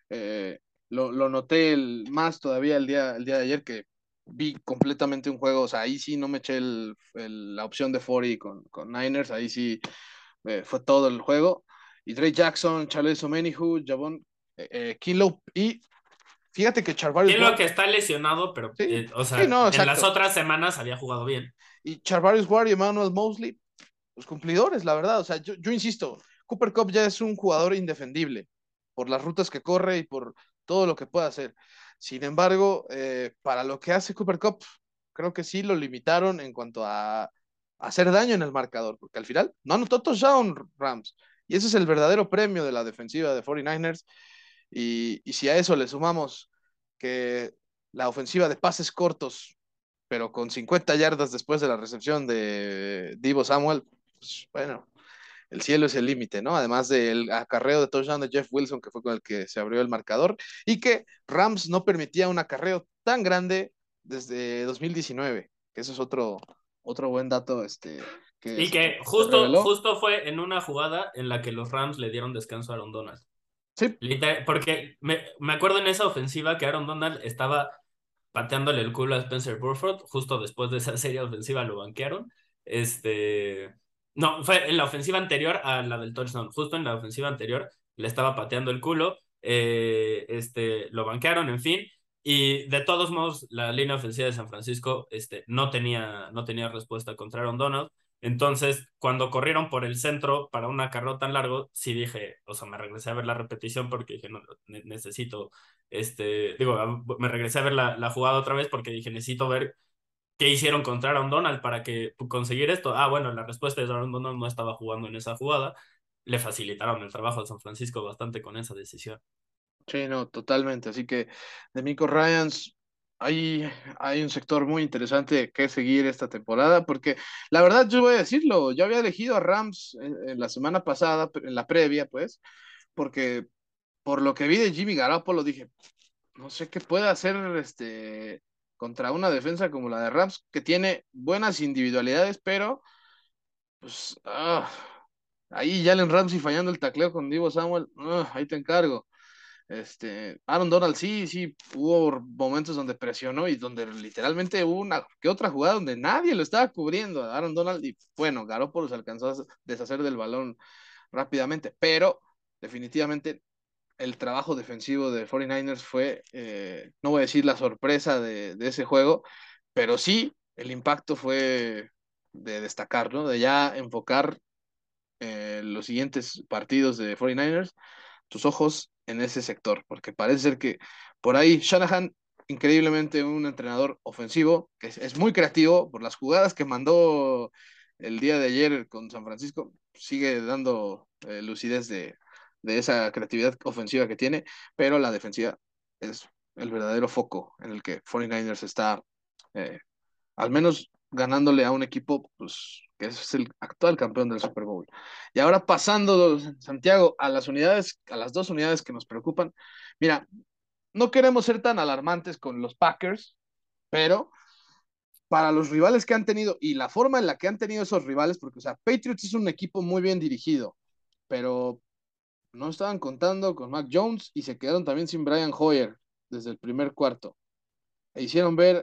eh, lo, lo noté el, más todavía el día, el día de ayer que vi completamente un juego. O sea, ahí sí no me eché el, el, la opción de cuarenta con, con Niners, ahí sí eh, fue todo el juego. Y Dre Jackson, Charles Omenihu, Javon eh, eh, Kinlow y fíjate que Charvarius Tiene lo Ward, que está lesionado, pero, sí, eh, o sí, sea, no, en las exacto. otras semanas había jugado bien. Y Charvarius Ward y Emmanuel Mosley, los cumplidores, la verdad. O sea, yo, yo insisto, Cooper Cup ya es un jugador indefendible por las rutas que corre y por todo lo que puede hacer. Sin embargo, eh, para lo que hace Cooper Cup, creo que sí lo limitaron en cuanto a, a hacer daño en el marcador, porque al final no anotó touchdown Rams. Y ese es el verdadero premio de la defensiva de cuarenta y nueve ers. Y, y si a eso le sumamos que la ofensiva de pases cortos, pero con cincuenta yardas después de la recepción de Divo Samuel, pues, bueno, el cielo es el límite, ¿no? Además del acarreo de touchdown de Jeff Wilson, que fue con el que se abrió el marcador, y que Rams no permitía un acarreo tan grande desde dos mil diecinueve, que eso es otro, otro buen dato este, que Y se, que se justo, reveló. justo fue en una jugada en la que los Rams le dieron descanso a Aaron Donald. Sí, Literal, porque me, me acuerdo en esa ofensiva que Aaron Donald estaba pateándole el culo a Spencer Burford, justo después de esa serie ofensiva lo banquearon. Este, no, fue en la ofensiva anterior a la del touchdown, justo en la ofensiva anterior le estaba pateando el culo, eh, este, lo banquearon, en fin, y de todos modos la línea ofensiva de San Francisco este, no tenía, no tenía respuesta contra Aaron Donald. Entonces, cuando corrieron por el centro para un acarreo tan largo, sí dije, o sea, me regresé a ver la repetición porque dije, no, ne- necesito este, digo, me regresé a ver la, la jugada otra vez porque dije, necesito ver qué hicieron contra Aaron Donald para que conseguir esto. Ah, bueno, la respuesta es Aaron Donald no estaba jugando en esa jugada. Le facilitaron el trabajo a San Francisco bastante con esa decisión. sí, no, totalmente. Así que de Nico Ryans hay, hay un sector muy interesante que seguir esta temporada, porque la verdad yo voy a decirlo, yo había elegido a Rams en, en la semana pasada, en la previa, pues, porque por lo que vi de Jimmy Garoppolo dije, no sé qué puede hacer este contra una defensa como la de Rams, que tiene buenas individualidades, pero pues ah, ahí Jalen Ramsey fallando el tacleo con Divo Samuel, ah, ahí te encargo. Este, Aaron Donald sí, sí, hubo momentos donde presionó y donde literalmente hubo una que otra jugada donde nadie lo estaba cubriendo a Aaron Donald y bueno, Garoppolo se alcanzó a deshacer del balón rápidamente, pero definitivamente el trabajo defensivo de cuarenta y nueve ers fue, eh, no voy a decir la sorpresa de, de, ese juego, pero sí el impacto fue de destacar, ¿no? De ya enfocar eh, los siguientes partidos de cuarenta y nueve ers tus ojos en ese sector, porque parece ser que por ahí Shanahan, increíblemente un entrenador ofensivo, que es, es muy creativo por las jugadas que mandó el día de ayer con San Francisco, sigue dando eh, lucidez de, de esa creatividad ofensiva que tiene, pero la defensiva es el verdadero foco en el que cuarenta y nueve ers está eh, al menos ganándole a un equipo pues, que es el actual campeón del Super Bowl. Y ahora pasando, Santiago, a las unidades, a las dos unidades que nos preocupan. Mira, no queremos ser tan alarmantes con los Packers, pero para los rivales que han tenido y la forma en la que han tenido esos rivales, porque, o sea, Patriots es un equipo muy bien dirigido, pero no estaban contando con Mac Jones y se quedaron también sin Brian Hoyer desde el primer cuarto. E hicieron ver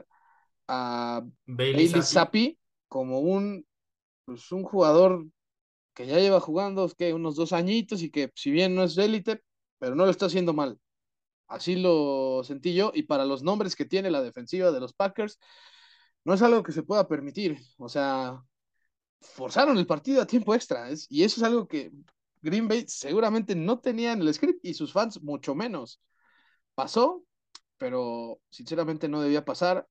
a Bailey Bailey Zappi. Zappi como un, pues, un jugador que ya lleva jugando ¿qué? Unos dos añitos y que si bien no es de élite, pero no lo está haciendo mal. Así lo sentí yo y para los nombres que tiene la defensiva de los Packers, no es algo que se pueda permitir. O sea, forzaron el partido a tiempo extra ¿es? Y eso es algo que Green Bay seguramente no tenía en el script y sus fans mucho menos. Pasó, pero sinceramente no debía pasar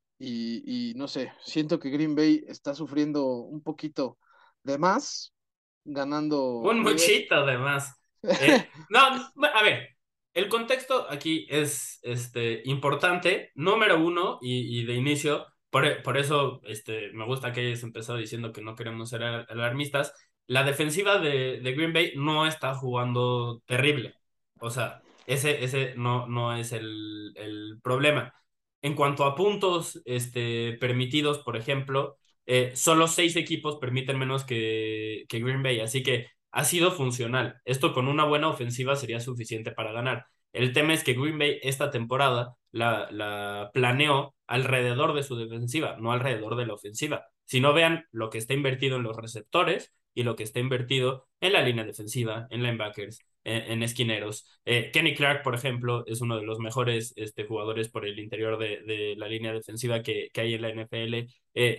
y, y no sé, siento que Green Bay está sufriendo un poquito de más, ganando, Un digo, muchito además. Eh, no, a ver, el contexto aquí es este, importante, número uno, y, y de inicio, por, por eso este, me gusta que hayas empezado diciendo que no queremos ser al- alarmistas. La defensiva de, de Green Bay no está jugando terrible. O sea, ese, ese no, no es el, el problema. En cuanto a puntos este, permitidos, por ejemplo, eh, solo seis equipos permiten menos que, que Green Bay, así que ha sido funcional. Esto con una buena ofensiva sería suficiente para ganar. El tema es que Green Bay esta temporada la, la planeó alrededor de su defensiva, no alrededor de la ofensiva. Si no, vean lo que está invertido en los receptores y lo que está invertido en la línea defensiva, en linebackers, en, en esquineros. Eh, Kenny Clark, por ejemplo, es uno de los mejores este, jugadores por el interior de, de la línea defensiva que, que hay en la N F L. Eh,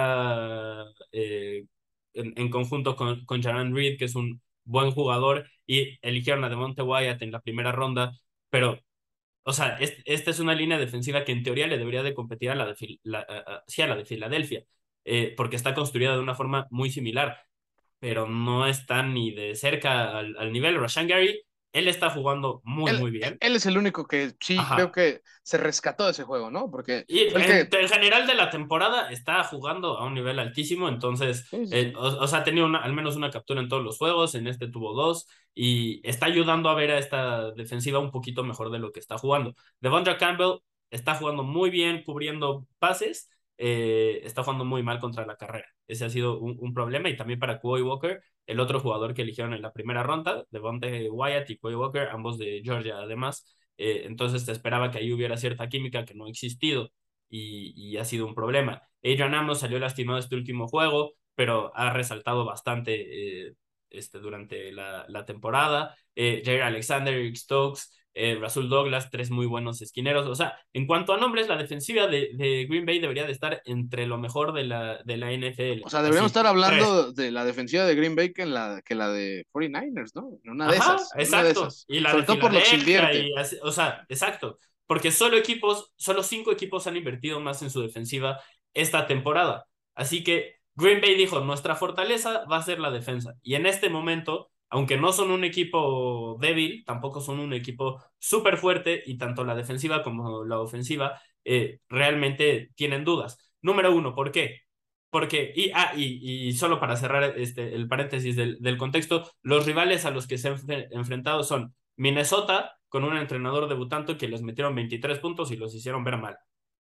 está eh, en, en, conjunto con, con Jaron Reed, que es un buen jugador, y eligieron a Devonte Wyatt en la primera ronda, pero, o sea, esta este es una línea defensiva que en teoría le debería de competir a la de, la, a, a, sí, a la de Filadelfia, eh, porque está construida de una forma muy similar, pero no está ni de cerca al, al nivel. Rashan Gary, él está jugando muy, él, muy bien. él es el único que sí creo Ajá. que se rescató de ese juego, ¿no? Porque Y fue el en, que... en general de la temporada está jugando a un nivel altísimo, entonces, Sí, sí, eh, sí. o, o sea, ha tenido una, al menos una captura en todos los juegos, en este tuvo dos, y está ayudando a ver a esta defensiva un poquito mejor de lo que está jugando. Devondra Campbell está jugando muy bien, cubriendo pases, eh, está jugando muy mal contra la carrera. Ese ha sido un, un problema, y también para Quay Walker, el otro jugador que eligieron en la primera ronda, Devonte Wyatt y Quay Walker, ambos de Georgia además. Eh, entonces te esperaba que ahí hubiera cierta química que no ha existido y, y ha sido un problema. Adrian Amos salió lastimado este último juego, pero ha resaltado bastante eh, este, durante la, la temporada. Eh, Jair Alexander, Eric Stokes, eh, Rasul Douglas, tres muy buenos esquineros. O sea, en cuanto a nombres, la defensiva de, de Green Bay debería de estar entre lo mejor de la, de la N F L. O sea, deberíamos Así, estar tres. hablando de la defensiva de Green Bay que, en la, que la de cuarenta y nueve ers, ¿no? En una de Ajá, esas, en una de exacto. esas. Y la de Sobre todo por lo que se Filadelfia, invierte. y así, o sea, exacto. Porque solo equipos, solo cinco equipos han invertido más en su defensiva esta temporada. Así que Green Bay dijo, nuestra fortaleza va a ser la defensa. Y en este momento, aunque no son un equipo débil, tampoco son un equipo súper fuerte, y tanto la defensiva como la ofensiva eh, realmente tienen dudas. Número uno, ¿por qué? Porque, y, ah, y, y solo para cerrar este, el paréntesis del, del contexto, los rivales a los que se han enfrentado son Minnesota, con un entrenador debutante que les metieron veintitrés puntos y los hicieron ver mal.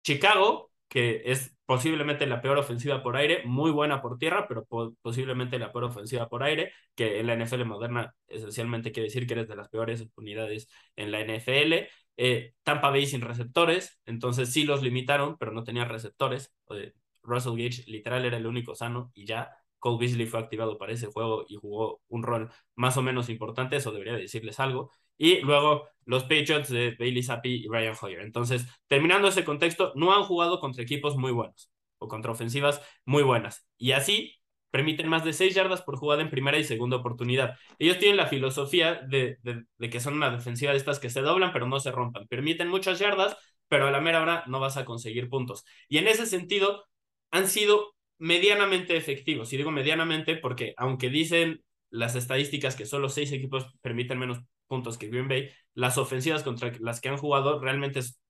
Chicago, que es posiblemente la peor ofensiva por aire, muy buena por tierra, pero po posiblemente la peor ofensiva por aire, que en la N F L moderna esencialmente quiere decir que eres de las peores unidades en la N F L. Eh, Tampa Bay sin receptores, entonces sí los limitaron, pero no tenían receptores. Eh, Russell Gage literal era el único sano y ya. Cole Beasley fue activado para ese juego y jugó un rol más o menos importante, eso debería decirles algo. Y luego los Patriots de Bailey Zappi y Brian Hoyer. Entonces, terminando ese contexto, no han jugado contra equipos muy buenos o contra ofensivas muy buenas. Y así permiten más de seis yardas por jugada en primera y segunda oportunidad. Ellos tienen la filosofía de, de, de que son una defensiva de estas que se doblan pero no se rompan. Permiten muchas yardas, pero a la mera hora no vas a conseguir puntos. Y en ese sentido, han sido medianamente efectivos. Y digo medianamente porque aunque dicen las estadísticas que solo seis equipos permiten menos puntos que Green Bay, las ofensivas contra las que han jugado realmente es,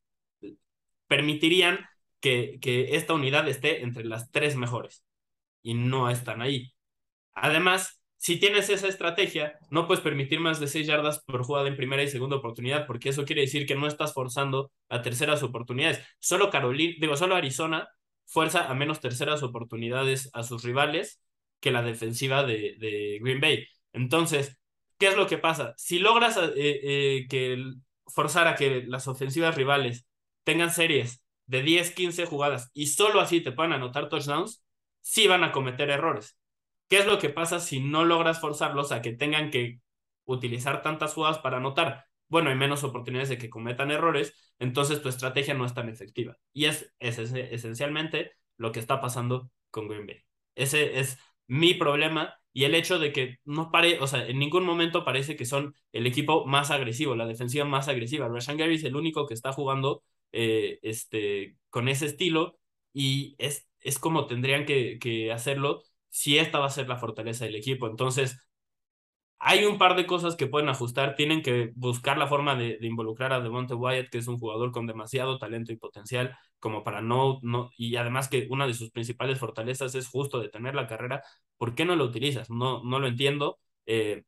permitirían que, que esta unidad esté entre las tres mejores y no están ahí. Además, si tienes esa estrategia, no puedes permitir más de seis yardas por jugada en primera y segunda oportunidad, porque eso quiere decir que no estás forzando a terceras oportunidades. Solo Carolina, digo, solo Arizona fuerza a menos terceras oportunidades a sus rivales que la defensiva de, de Green Bay. Entonces, ¿qué es lo que pasa? Si logras eh, eh, que el, forzar a que las ofensivas rivales tengan series de diez, quince jugadas y solo así te puedan anotar touchdowns, sí van a cometer errores. ¿Qué es lo que pasa si no logras forzarlos a que tengan que utilizar tantas jugadas para anotar? Bueno, hay menos oportunidades de que cometan errores, entonces tu estrategia no es tan efectiva. Y es, es, es esencialmente lo que está pasando con Green Bay. Ese es mi problema y el hecho de que no pare, o sea, en ningún momento parece que son el equipo más agresivo, la defensiva más agresiva. Rashan Gary es el único que está jugando eh, este, con ese estilo y es, es como tendrían que, que hacerlo si esta va a ser la fortaleza del equipo. Entonces, hay un par de cosas que pueden ajustar. Tienen que buscar la forma de, de involucrar a Devonta Wyatt, que es un jugador con demasiado talento y potencial, como para no, no, y además que una de sus principales fortalezas es justo detener la carrera. ¿Por qué no lo utilizas? No, no lo entiendo. Eh,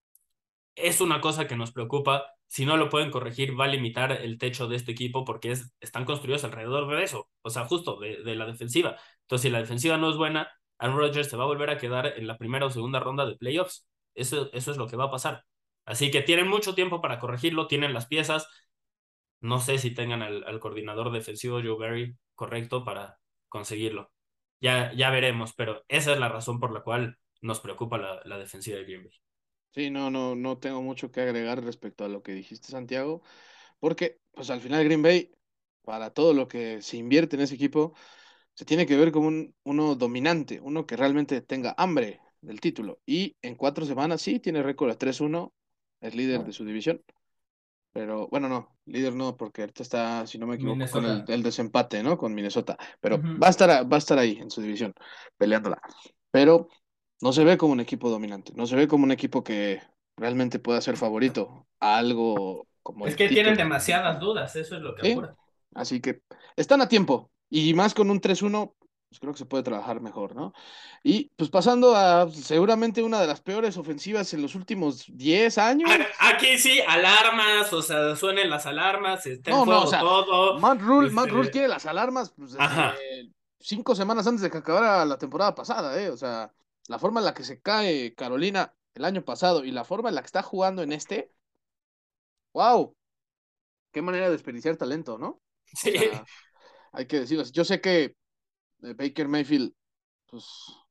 es una cosa que nos preocupa. Si no lo pueden corregir, va a limitar el techo de este equipo porque es, están construidos alrededor de eso, o sea, justo de, de la defensiva. Entonces, si la defensiva no es buena, Aaron Rodgers se va a volver a quedar en la primera o segunda ronda de playoffs. Eso, eso es lo que va a pasar. Así que tienen mucho tiempo para corregirlo, tienen las piezas. No sé si tengan al, al coordinador defensivo Joe Barry correcto para conseguirlo. Ya, ya veremos, pero esa es la razón por la cual nos preocupa la, la defensiva de Green Bay. Sí, no, no, no tengo mucho que agregar respecto a lo que dijiste, Santiago, porque pues al final Green Bay, para todo lo que se invierte en ese equipo, se tiene que ver como un, uno dominante, uno que realmente tenga hambre del título. Y en cuatro semanas sí tiene récord a tres uno, es líder de su división. Pero bueno, no, líder no, porque ahorita está, si no me equivoco, con el, Minnesota. el desempate, ¿no? Con Minnesota. Pero Ujú. va a estar, a- va a estar ahí en su división, peleándola. Pero no se ve como un equipo dominante, no se ve como un equipo que realmente pueda ser favorito a algo como Es el que tienen título, demasiadas dudas, eso es lo que ¿sí? apura. Así que están a tiempo. Y más con un tres uno, pues creo que se puede trabajar mejor, ¿no? Y pues pasando a seguramente una de las peores ofensivas en los últimos diez años. Aquí sí, alarmas, o sea, suenen las alarmas, está en No, no, o fuego sea, todo. Matt Rule, Matt Rule Este, quiere las alarmas pues, ajá, desde cinco semanas antes de que acabara la temporada pasada, ¿eh? O sea, la forma en la que se cae Carolina el año pasado y la forma en la que está jugando en este, wow, qué manera de desperdiciar talento, ¿no? O sí. sea, hay que decirlo así. Yo sé que eh, Baker Mayfield, pues,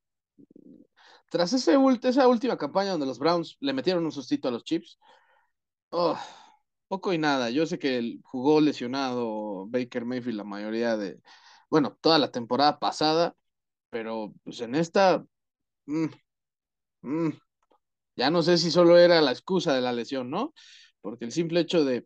tras ese ult- esa última campaña donde los Browns le metieron un sustito a los Chiefs, oh, poco y nada. Yo sé que él jugó lesionado Baker Mayfield la mayoría de, bueno, toda la temporada pasada, pero pues en esta, mm, mm, ya no sé si solo era la excusa de la lesión, ¿no? Porque el simple hecho de,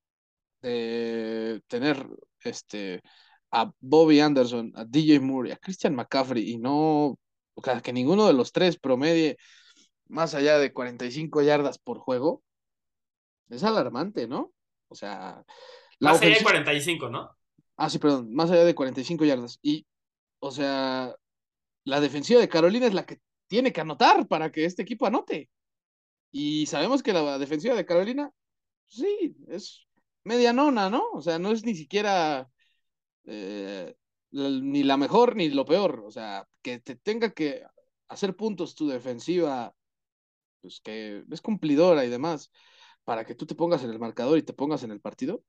de tener este, a Bobby Anderson, a D J Moore, a Christian McCaffrey y no, o sea, que ninguno de los tres promedie más allá de cuarenta y cinco yardas por juego, es alarmante, ¿no? O sea, la Más allá de ofensiva, cuarenta y cinco, ¿no? ah, sí, perdón, más allá de cuarenta y cinco yardas. Y, o sea, la defensiva de Carolina es la que tiene que anotar para que este equipo anote. Y sabemos que la defensiva de Carolina, sí, es medianona, ¿no? O sea, no es ni siquiera. eh, ni la mejor ni lo peor. O sea, que te tenga que hacer puntos tu defensiva, pues que es cumplidora y demás, para que tú te pongas en el marcador y te pongas en el partido,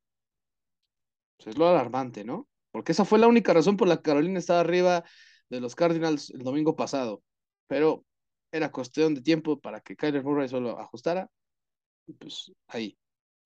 pues es lo alarmante, ¿no? Porque esa fue la única razón por la que Carolina estaba arriba de los Cardinals el domingo pasado. Pero era cuestión de tiempo para que Kyler Murray solo ajustara, y pues ahí.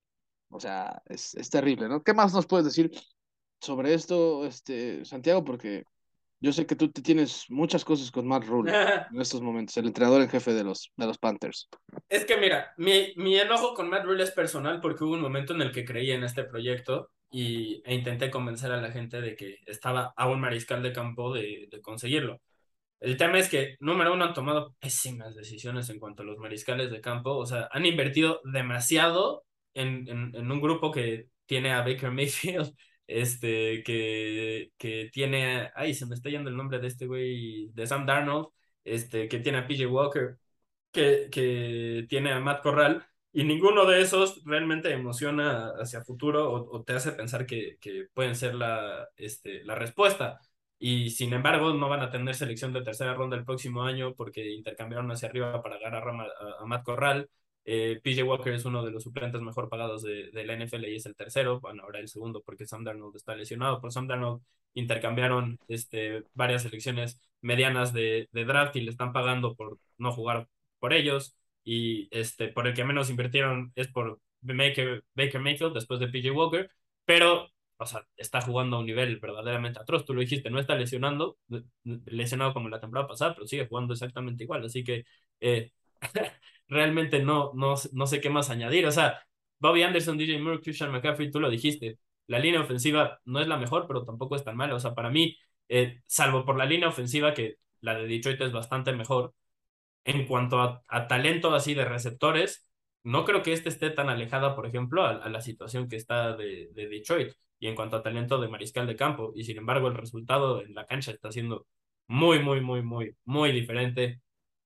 O sea, es, es terrible, ¿no? ¿Qué más nos puedes decir sobre esto, este, Santiago? Porque yo sé que tú te tienes muchas cosas con Matt Rule en estos momentos, el entrenador en jefe de los, de los Panthers. Es que mira, mi, mi enojo con Matt Rule es personal porque hubo un momento en el que creí en este proyecto y, e intenté convencer a la gente de que estaba a un mariscal de campo de, de conseguirlo. El tema es que, número uno, han tomado pésimas decisiones en cuanto a los mariscales de campo. O sea, han invertido demasiado en, en, en un grupo que tiene a Baker Mayfield, este, que, que tiene, ay, se me está yendo el nombre de este güey, de Sam Darnold, este, que tiene a P J Walker, que, que tiene a Matt Corral, y ninguno de esos realmente emociona hacia futuro o, o te hace pensar que, que pueden ser la, este, la respuesta. Y sin embargo, no van a tener selección de tercera ronda el próximo año porque intercambiaron hacia arriba para agarrar a, a, a Matt Corral. Eh, P J Walker es uno de los suplentes mejor pagados de, de la N F L y es el tercero. Bueno, ahora el segundo porque Sam Darnold está lesionado. Por Sam Darnold intercambiaron este, varias selecciones medianas de, de draft y le están pagando por no jugar por ellos. Y este, por el que menos invirtieron es por Baker, Baker Mayfield después de P J Walker. Pero o sea, está jugando a un nivel verdaderamente atroz. Tú lo dijiste, no está lesionando, lesionado como la temporada pasada, pero sigue jugando exactamente igual. Así que eh, realmente no, no, no sé qué más añadir. O sea, Bobby Anderson, D J Moore, Christian McCaffrey, tú lo dijiste. La línea ofensiva no es la mejor, pero tampoco es tan mala. O sea, para mí, eh, salvo por la línea ofensiva, que la de Detroit es bastante mejor, en cuanto a, a talento así de receptores, no creo que este esté tan alejada, por ejemplo, a, a la situación que está de, de, Detroit y en cuanto a talento de mariscal de campo. Y sin embargo, el resultado en la cancha está siendo muy, muy, muy, muy, muy diferente.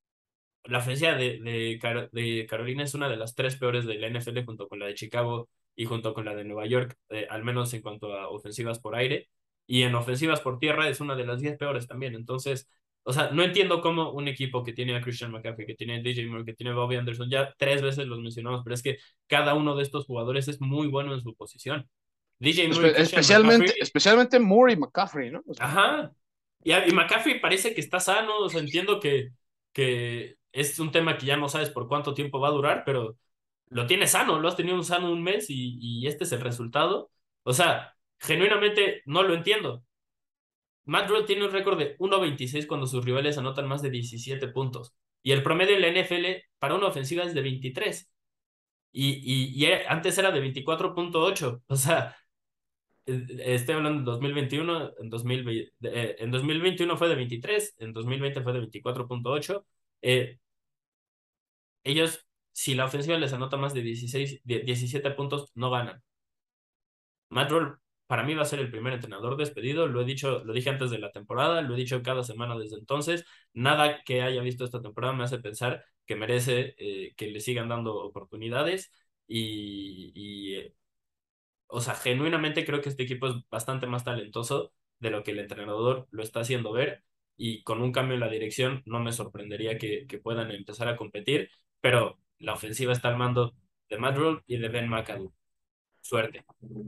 La ofensiva de, de, Car de Carolina es una de las tres peores de la N F L junto con la de Chicago y junto con la de Nueva York, eh, al menos en cuanto a ofensivas por aire. Y en ofensivas por tierra es una de las diez peores también. Entonces, o sea, no entiendo cómo un equipo que tiene a Christian McCaffrey, que tiene a D J Moore, que tiene a Bobby Anderson, ya tres veces los mencionamos, pero es que cada uno de estos jugadores es muy bueno en su posición. D J Moore y Espe- Christian McCaffrey, especialmente, especialmente Moore y McCaffrey, ¿no? O sea, ajá. Y, a- y McCaffrey parece que está sano, o sea, entiendo que, que es un tema que ya no sabes por cuánto tiempo va a durar, pero lo tienes sano, lo has tenido un sano un mes y, y este es el resultado. O sea, genuinamente no lo entiendo. Matt Rule tiene un récord de uno veintiséis cuando sus rivales anotan más de diecisiete puntos. Y el promedio en la N F L para una ofensiva es de veintitrés. Y, y, y era- antes era de veinticuatro punto ocho. O sea, eh, estoy hablando en dos mil veintiuno, en, dos mil veinte, eh, en dos mil veintiuno fue de veintitrés, en dos mil veinte fue de veinticuatro punto ocho. Eh, ellos, si la ofensiva les anota más de dieciséis, de diecisiete puntos, no ganan. Matt Rule para mí va a ser el primer entrenador despedido, lo he dicho, lo dije antes de la temporada, lo he dicho cada semana desde entonces. Nada que haya visto esta temporada me hace pensar que merece eh, que le sigan dando oportunidades y, y eh, o sea, genuinamente creo que este equipo es bastante más talentoso de lo que el entrenador lo está haciendo ver y con un cambio en la dirección no me sorprendería que, que puedan empezar a competir, pero la ofensiva está al mando de Matt Rule y de Ben McAdoo. Suerte.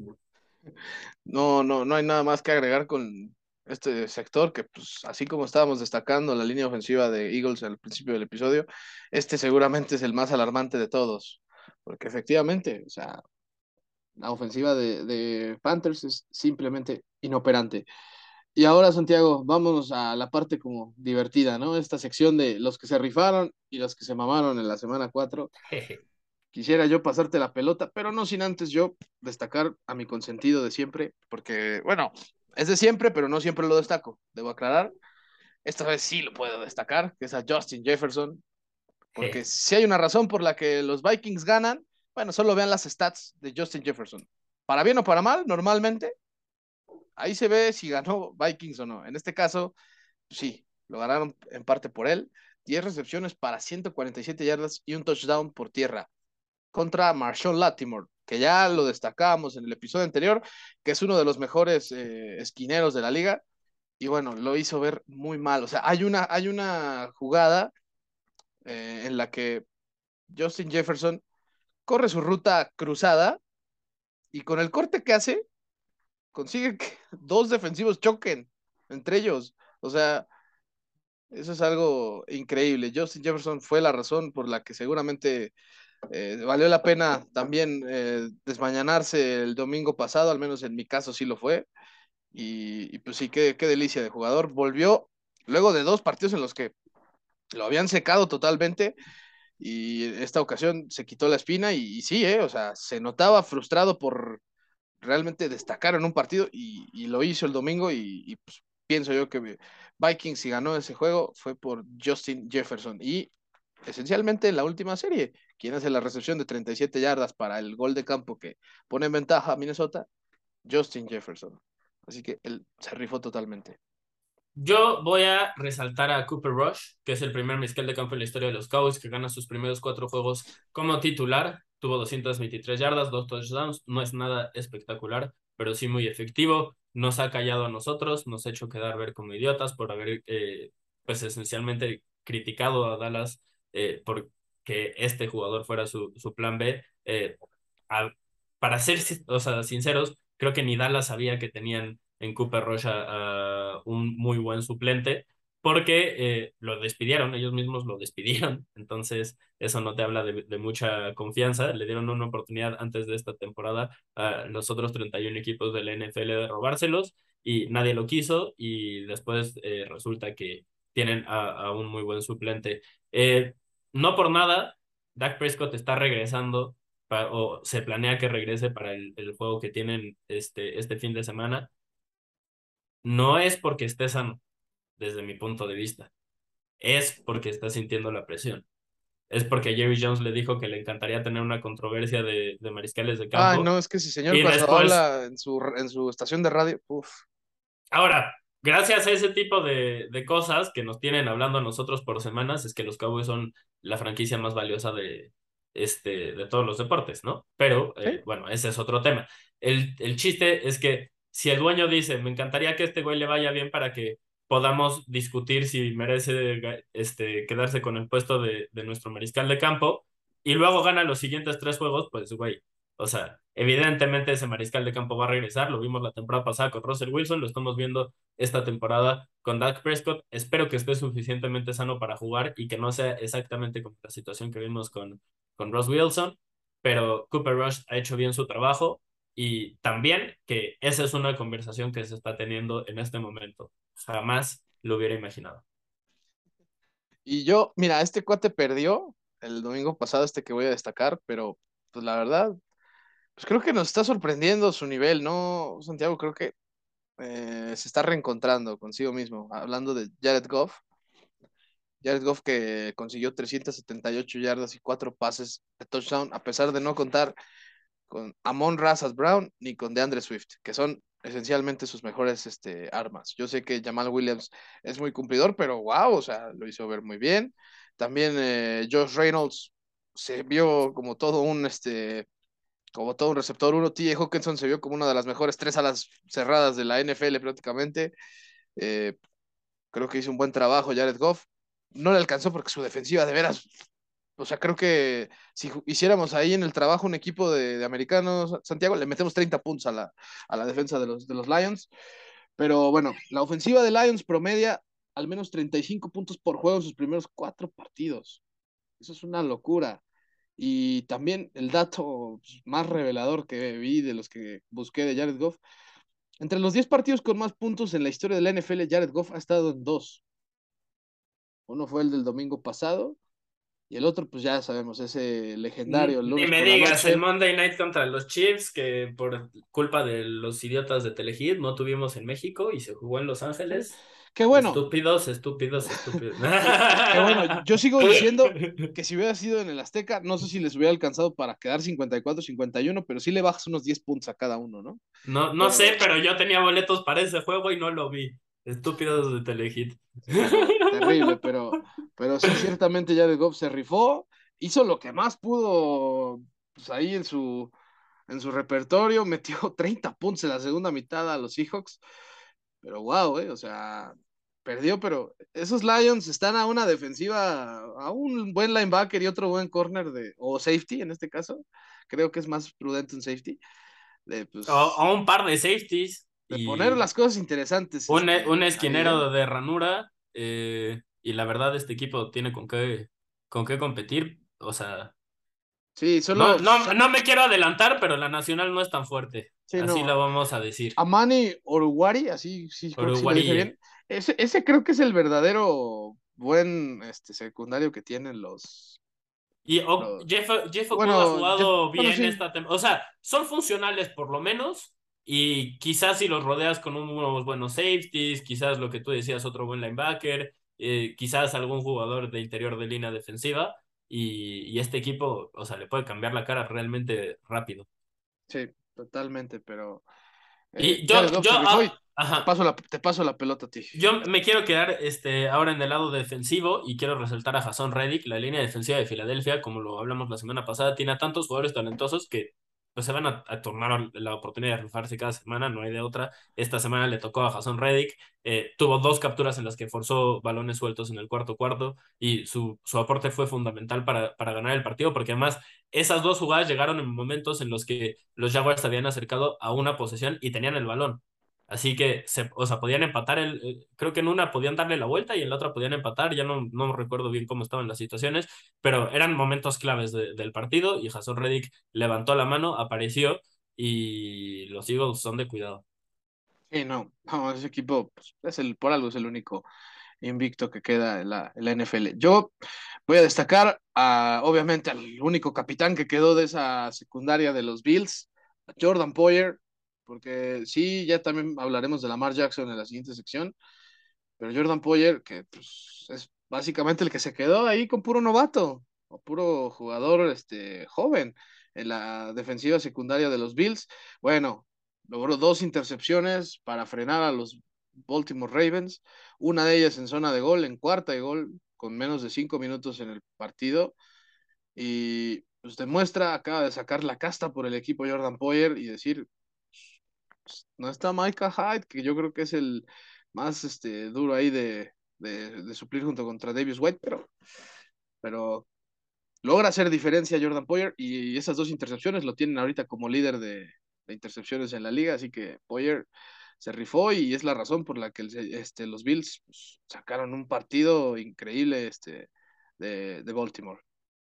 no, no, no hay nada más que agregar con este sector, que pues así como estábamos destacando la línea ofensiva de Eagles al principio del episodio, este seguramente es el más alarmante de todos, porque efectivamente, o sea, la ofensiva de, de Panthers es simplemente inoperante. Y ahora, Santiago, vámonos a la parte como divertida, ¿no? Esta sección de los que se rifaron y los que se mamaron en la semana cuatro. Jeje. Quisiera yo pasarte la pelota, pero no sin antes yo destacar a mi consentido de siempre, porque, bueno, es de siempre, pero no siempre lo destaco. Debo aclarar, esta vez sí lo puedo destacar, que es a Justin Jefferson, porque Jeje. si hay una razón por la que los Vikings ganan, bueno, solo vean las stats de Justin Jefferson. Para bien o para mal, normalmente, ahí se ve si ganó Vikings o no. En este caso, sí, lo ganaron en parte por él. Diez recepciones para ciento cuarenta y siete yardas y un touchdown por tierra contra Marshawn Lattimore. que ya lo destacamos en el episodio anterior, que es uno de los mejores eh, esquineros de la liga, y bueno, lo hizo ver muy mal. O sea, hay una, hay una jugada eh, en la que Justin Jefferson corre su ruta cruzada y con el corte que hace, consigue que dos defensivos choquen entre ellos. O sea, eso es algo increíble. Justin Jefferson fue la razón por la que seguramente eh, valió la pena también eh, desmañanarse el domingo pasado, al menos en mi caso sí lo fue. Y, y pues sí, qué, qué delicia de jugador. Volvió luego de dos partidos en los que lo habían secado totalmente y esta ocasión se quitó la espina y, y sí, eh, o sea, se notaba frustrado por realmente destacar en un partido y, y lo hizo el domingo y, y, pues pienso yo que Vikings si ganó ese juego fue por Justin Jefferson y esencialmente en la última serie, quien hace la recepción de treinta y siete yardas para el gol de campo que pone en ventaja a Minnesota, Justin Jefferson. Así que él se rifó totalmente. Yo voy a resaltar a Cooper Rush, que es el primer mariscal de campo en la historia de los Cowboys, que gana sus primeros cuatro juegos como titular. Tuvo doscientas veintitrés yardas, dos touchdowns. No es nada espectacular, pero sí muy efectivo. Nos ha callado a nosotros, nos ha hecho quedar ver como idiotas por haber, eh, pues esencialmente criticado a Dallas eh, por que este jugador fuera su, su plan B. Eh, a- para ser, o sea, sinceros, creo que ni Dallas sabía que tenían en Cooper Rush a, a un muy buen suplente, porque eh, lo despidieron, ellos mismos lo despidieron, entonces eso no te habla de, de mucha confianza. Le dieron una oportunidad antes de esta temporada a los otros treinta y uno equipos de la N F L de robárselos y nadie lo quiso y después eh, resulta que tienen a, a, un muy buen suplente. Eh, no por nada, Dak Prescott está regresando pa, o se planea que regrese para el, el juego que tienen este, este fin de semana. No es porque esté sano, desde mi punto de vista. Es porque está sintiendo la presión. Es porque Jerry Jones le dijo que le encantaría tener una controversia de, de mariscales de Ah, campo. no, es que ese señor Y cuando después, habla en su, en su estación de radio, uff, ahora, gracias a ese tipo de, de cosas que nos tienen hablando a nosotros por semanas, es que los Cowboys son la franquicia más valiosa de, este, de todos los deportes, ¿no? Pero, sí. eh, bueno, ese es otro tema. El, el chiste es que si el dueño dice, me encantaría que este güey le vaya bien para que podamos discutir si merece este, quedarse con el puesto de, de nuestro mariscal de campo, y luego gana los siguientes tres juegos, pues, güey, o sea, evidentemente ese mariscal de campo va a regresar. Lo vimos la temporada pasada con Russell Wilson, lo estamos viendo esta temporada con Dak Prescott. Espero que esté suficientemente sano para jugar y que no sea exactamente como la situación que vimos con, con Russ Wilson, pero Cooper Rush ha hecho bien su trabajo y también que esa es una conversación que se está teniendo en este momento. Jamás lo hubiera imaginado. Y yo, mira, este cuate perdió el domingo pasado, este que voy a destacar, pero pues la verdad, pues creo que nos está sorprendiendo su nivel, ¿no, Santiago? Creo que eh, se está reencontrando consigo mismo. Hablando de Jared Goff, Jared Goff que consiguió trescientas setenta y ocho yardas y cuatro pases de touchdown, a pesar de no contar con Amon-Ra Saint Brown ni con DeAndre Swift, que son esencialmente sus mejores este, armas. Yo sé que Jamal Williams es muy cumplidor, pero wow, o sea, lo hizo ver muy bien. También eh, Josh Reynolds se vio como todo un este como todo un receptor uno. T J Hawkinson se vio como una de las mejores tres alas cerradas de la N F L prácticamente. Eh, Creo que hizo un buen trabajo Jared Goff. No le alcanzó porque su defensiva de veras, o sea, creo que si hiciéramos ahí en el trabajo un equipo de, de americanos, Santiago, le metemos treinta puntos a la, a la defensa de los, de los Lions. Pero bueno, la ofensiva de Lions promedia al menos treinta y cinco puntos por juego en sus primeros cuatro partidos. Eso es una locura. Y también el dato más revelador que vi de los que busqué de Jared Goff, entre los diez partidos con más puntos en la historia de la N F L, Jared Goff ha estado en dos. Uno fue el del domingo pasado y el otro, pues ya sabemos, ese legendario el Ni lunes me por la digas, el noche. Monday Night contra los Chiefs, que por culpa de los idiotas de Telehit no tuvimos en México y se jugó en Los ¿Sí? Ángeles. Que bueno, Estúpidos, estúpidos, estúpidos. que, que bueno, yo sigo diciendo que si hubiera sido en el Azteca, no sé si les hubiera alcanzado para quedar cincuenta y cuatro cincuenta y uno, pero sí le bajas unos diez puntos a cada uno, ¿no? No, no Pero sé, pero yo tenía boletos para ese juego y no lo vi. Estúpidos de Telehit. sí, no, terrible, pero, pero sí, ciertamente Jared Goff se rifó, hizo lo que más pudo, pues ahí en su, en su repertorio, metió treinta puntos en la segunda mitad a los Seahawks, pero wow, eh, o sea, perdió, pero esos Lions están a una defensiva, a un buen linebacker y otro buen corner de, o safety en este caso, creo que es más prudente un safety, de, A, a pues, un par de safeties de poner y las cosas interesantes un, e- un este, ahí, ¿eh? esquinero de ranura. Eh, y la verdad, este equipo tiene con qué, con qué competir. O sea, Sí, no, solo, no, no me quiero adelantar, pero la nacional no es tan fuerte. sí, Así la no, vamos a decir. Amani Oruwari, así sí creo que sí lo dije Uruguay. bien. Ese, ese creo que es el verdadero buen este, secundario que tienen los, Y o- los... Jeff, Jeff Okuda ha Bueno, Jeff- jugado bueno, bien sí, esta temporada. O sea, son funcionales por lo menos. Y quizás si los rodeas con unos buenos safeties, quizás lo que tú decías, otro buen linebacker, eh, quizás algún jugador de interior de línea defensiva. Y, y este equipo, o sea, le puede cambiar la cara realmente rápido. sí, totalmente, pero eh, Y yo, Jared Goff yo, se rifó y ah, te ajá. paso la, te paso la pelota a ti. Yo me quiero quedar este, ahora en el lado defensivo y quiero resaltar a Jason Reddick. La línea defensiva de Filadelfia, como lo hablamos la semana pasada, tiene a tantos jugadores talentosos que pues, se van a, a tornar la oportunidad de rifarse cada semana, no hay de otra. Esta semana le tocó a Jason Reddick, eh, tuvo dos capturas en las que forzó balones sueltos en el cuarto cuarto y su, su aporte fue fundamental para, para ganar el partido, porque además esas dos jugadas llegaron en momentos en los que los Jaguars se habían acercado a una posesión y tenían el balón. Así que, se, o sea, podían empatar, el, eh, creo que en una podían darle la vuelta y en la otra podían empatar, ya no, no recuerdo bien cómo estaban las situaciones, pero eran momentos claves de- del partido y Jason Reddick levantó la mano, apareció y los Eagles son de cuidado. Sí, no, no, ese equipo pues, es el, por algo es el único invicto que queda en la, en la N F L. Yo voy a destacar a, obviamente al único capitán que quedó de esa secundaria de los Bills, Jordan Poyer, porque sí, ya también hablaremos de Lamar Jackson en la siguiente sección, pero Jordan Poyer, que pues, es básicamente el que se quedó ahí con puro novato, o puro jugador este, joven en la defensiva secundaria de los Bills. Bueno, logró dos intercepciones para frenar a los Baltimore Ravens, una de ellas en zona de gol, en cuarta de gol, con menos de cinco minutos en el partido. Y pues demuestra, acaba de sacar la casta por el equipo Jordan Poyer y decir, pues, no está Micah Hyde, que yo creo que es el más este, duro ahí de, de, de suplir junto contra Davis White, pero, pero logra hacer diferencia Jordan Poyer y esas dos intercepciones lo tienen ahorita como líder de, de intercepciones en la liga, así que Poyer se rifó y es la razón por la que el- este, los Bills pues, sacaron un partido increíble este, de, de Baltimore.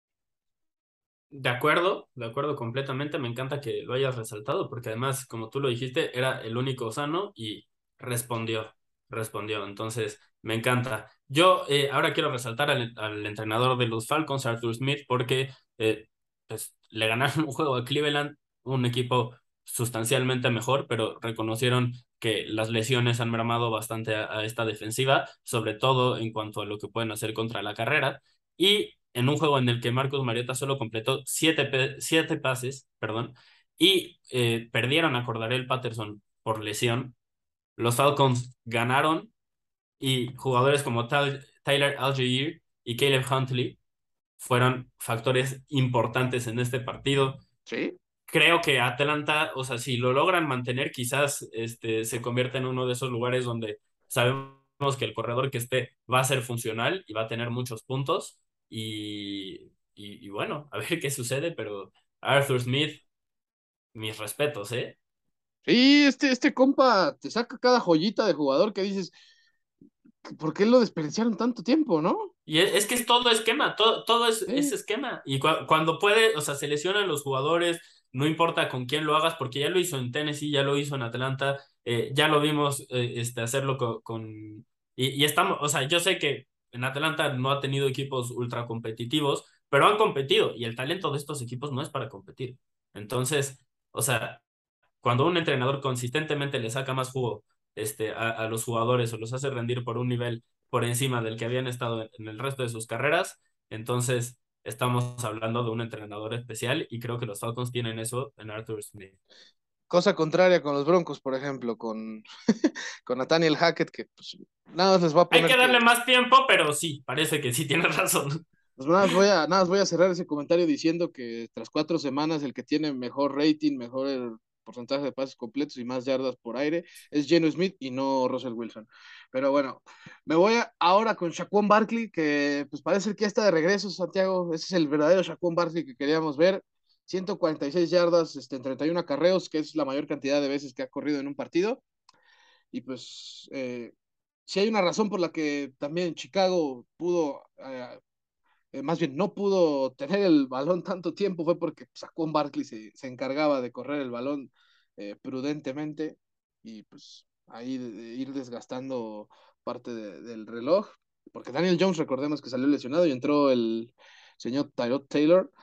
De acuerdo, de acuerdo completamente. Me encanta que lo hayas resaltado porque además, como tú lo dijiste, era el único sano y respondió, respondió. Entonces, me encanta. Yo eh, ahora quiero resaltar al, al entrenador de los Falcons, Arthur Smith, porque eh, pues, le ganaron un juego a Cleveland, un equipo sustancialmente mejor, pero reconocieron que las lesiones han mermado bastante a, a esta defensiva, sobre todo en cuanto a lo que pueden hacer contra la carrera. Y en un juego en el que Marcus Mariota solo completó siete, pe- siete pases, perdón, y eh, perdieron a Cordarel Patterson por lesión, los Falcons ganaron y jugadores como Tal- Tyler Algier y Caleb Huntley fueron factores importantes en este partido. ¿Sí? Creo que Atlanta, o sea, si lo logran mantener, quizás este, se convierta en uno de esos lugares donde sabemos que el corredor que esté va a ser funcional y va a tener muchos puntos. Y, y, y bueno, a ver qué sucede, pero Arthur Smith, mis respetos, ¿eh? Sí, este, este compa te saca cada joyita de jugador que dices, ¿por qué lo desperdiciaron tanto tiempo, no? Y es, es que es todo esquema, todo, todo es, es Sí, esquema. Y cua- cuando puede, o sea, se lesionan los jugadores, no importa con quién lo hagas, porque ya lo hizo en Tennessee, ya lo hizo en Atlanta, eh, ya lo vimos eh, este, hacerlo con, con... Y, y estamos, o sea, yo sé que en Atlanta no ha tenido equipos ultra competitivos, pero han competido y el talento de estos equipos no es para competir. Entonces, o sea, cuando un entrenador consistentemente le saca más jugo este, a, a los jugadores o los hace rendir por un nivel por encima del que habían estado en, en el resto de sus carreras, entonces estamos hablando de un entrenador especial y creo que los Falcons tienen eso en Arthur Smith. cosa contraria con los Broncos, por ejemplo, con, con Nathaniel Hackett, que pues, nada más les va a Hay que poner que, darle más tiempo, pero sí, parece que sí tienes razón. Pues nada más voy a, nada más voy a cerrar ese comentario diciendo que tras cuatro semanas el que tiene mejor rating, mejor el porcentaje de pases completos y más yardas por aire es Geno Smith y no Russell Wilson. Pero bueno, me voy a- ahora con Shaquon Barkley, que pues parece que ya está de regreso, Santiago. Ese es el verdadero Shaquon Barkley que queríamos ver. ciento cuarenta y seis yardas este, en treinta y uno acarreos, que es la mayor cantidad de veces que ha corrido en un partido. Y pues, eh, si hay una razón por la que también Chicago pudo eh, eh, más bien no pudo tener el balón tanto tiempo fue porque Saquon Barkley se, se encargaba de correr el balón eh, prudentemente y pues ahí de, de ir desgastando parte de, del reloj, porque Daniel Jones, recordemos que salió lesionado y entró el señor Tyrod Taylor,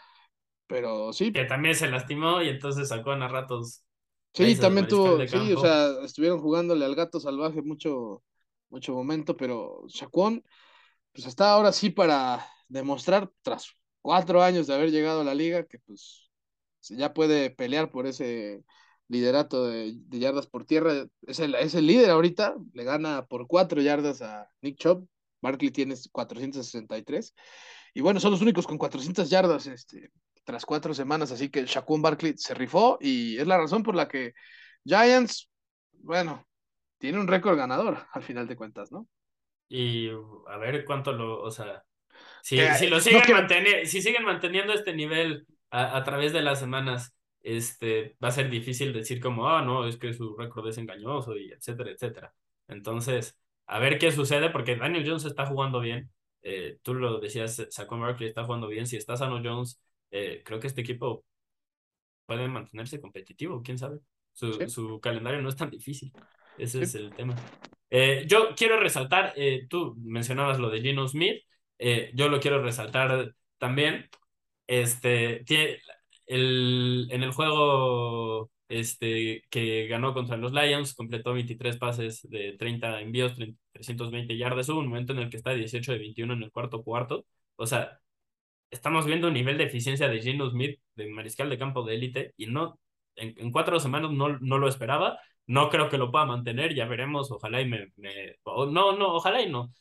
pero sí, Que también se lastimó y entonces sacó a ratos sí, Tyson, el también mariscal tuvo, de sí, o campo. sea, estuvieron jugándole al gato salvaje mucho, mucho momento, pero Saquon pues está ahora sí para demostrar, tras cuatro años de haber llegado a la liga, que pues ya puede pelear por ese liderato de, de yardas por tierra. Es el, es el líder ahorita, le gana por cuatro yardas a Nick Chubb. Barkley tiene cuatrocientos sesenta y tres. Y bueno, son los únicos con cuatrocientas yardas este, tras cuatro semanas, así que Shaquem Barkley se rifó y es la razón por la que Giants, bueno, tiene un récord ganador al final de cuentas, ¿no? Y a ver cuánto lo, o sea, si, si Eh, lo no siguen quiero, manteniendo, si siguen manteniendo este nivel a, a través de las semanas, este, va a ser difícil decir como, ah, no, es que su récord es engañoso y etcétera, etcétera. Entonces, a ver qué sucede, porque Daniel Jones está jugando bien. Eh, tú lo decías, Saquon Barkley está jugando bien. Si está sano Jones, eh, creo que este equipo puede mantenerse competitivo, quién sabe. Su, sí, su calendario no es tan difícil. Ese sí. es el tema. Eh, yo quiero resaltar, eh, tú mencionabas lo de Geno Smith, eh, yo lo quiero resaltar también. Este, tiene el, en el juego este, que ganó contra los Lions, completó veintitrés pases de treinta envíos, trescientos veinte yardas. Hubo un momento en el que está dieciocho de veintiuno en el cuarto cuarto. O sea, estamos viendo un nivel de eficiencia de Geno Smith, de mariscal de campo de élite, y no, en, en cuatro semanas no, no lo esperaba. No creo que lo pueda mantener, ya veremos, ojalá y me, me o- no, no, ojalá y no.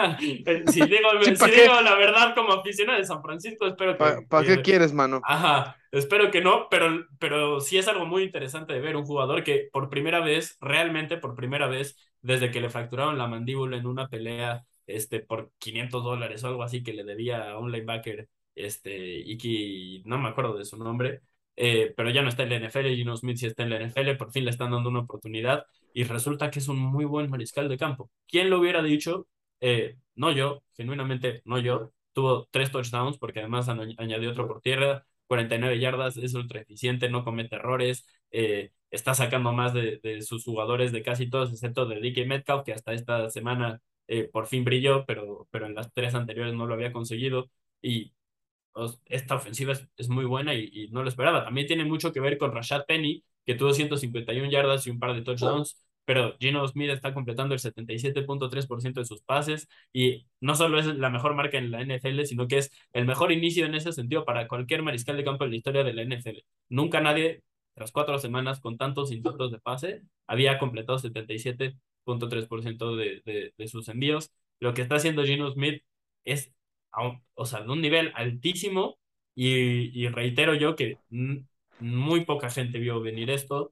Si digo, Sí, si ¿para qué? digo la verdad como aficionado de San Francisco, espero ¿Para que, pa qué que quieres, mano? ajá, espero que no, pero, pero sí es algo muy interesante de ver un jugador que por primera vez, realmente por primera vez, desde que le fracturaron la mandíbula en una pelea este, por quinientos dólares o algo así que le debía a un linebacker, este, y que no me acuerdo de su nombre, eh, pero ya no está en la N F L, Gino Smith sí está en la N F L, por fin le están dando una oportunidad y resulta que es un muy buen mariscal de campo. ¿Quién lo hubiera dicho? Eh, no yo, genuinamente no yo. Tuvo tres touchdowns porque además añadió otro por tierra, cuarenta y nueve yardas, es ultra eficiente, no comete errores, eh, está sacando más de, de, sus jugadores de casi todos, excepto de D K Metcalf, que hasta esta semana eh, por fin brilló, pero, pero en las tres anteriores no lo había conseguido. Y os- esta ofensiva es, es muy buena y, y no lo esperaba. También tiene mucho que ver con Rashad Penny, que tuvo ciento cincuenta y una yardas y un par de touchdowns, pero Geno Smith está completando el setenta y siete punto tres por ciento de sus pases y no solo es la mejor marca en la N F L, sino que es el mejor inicio en ese sentido para cualquier mariscal de campo en la historia de la N F L. Nunca nadie, tras cuatro semanas con tantos intentos de pase, había completado setenta y siete punto tres por ciento de, de, de sus envíos. Lo que está haciendo Geno Smith es a un- o sea, de un nivel altísimo y, y reitero yo que mm, muy poca gente vio venir esto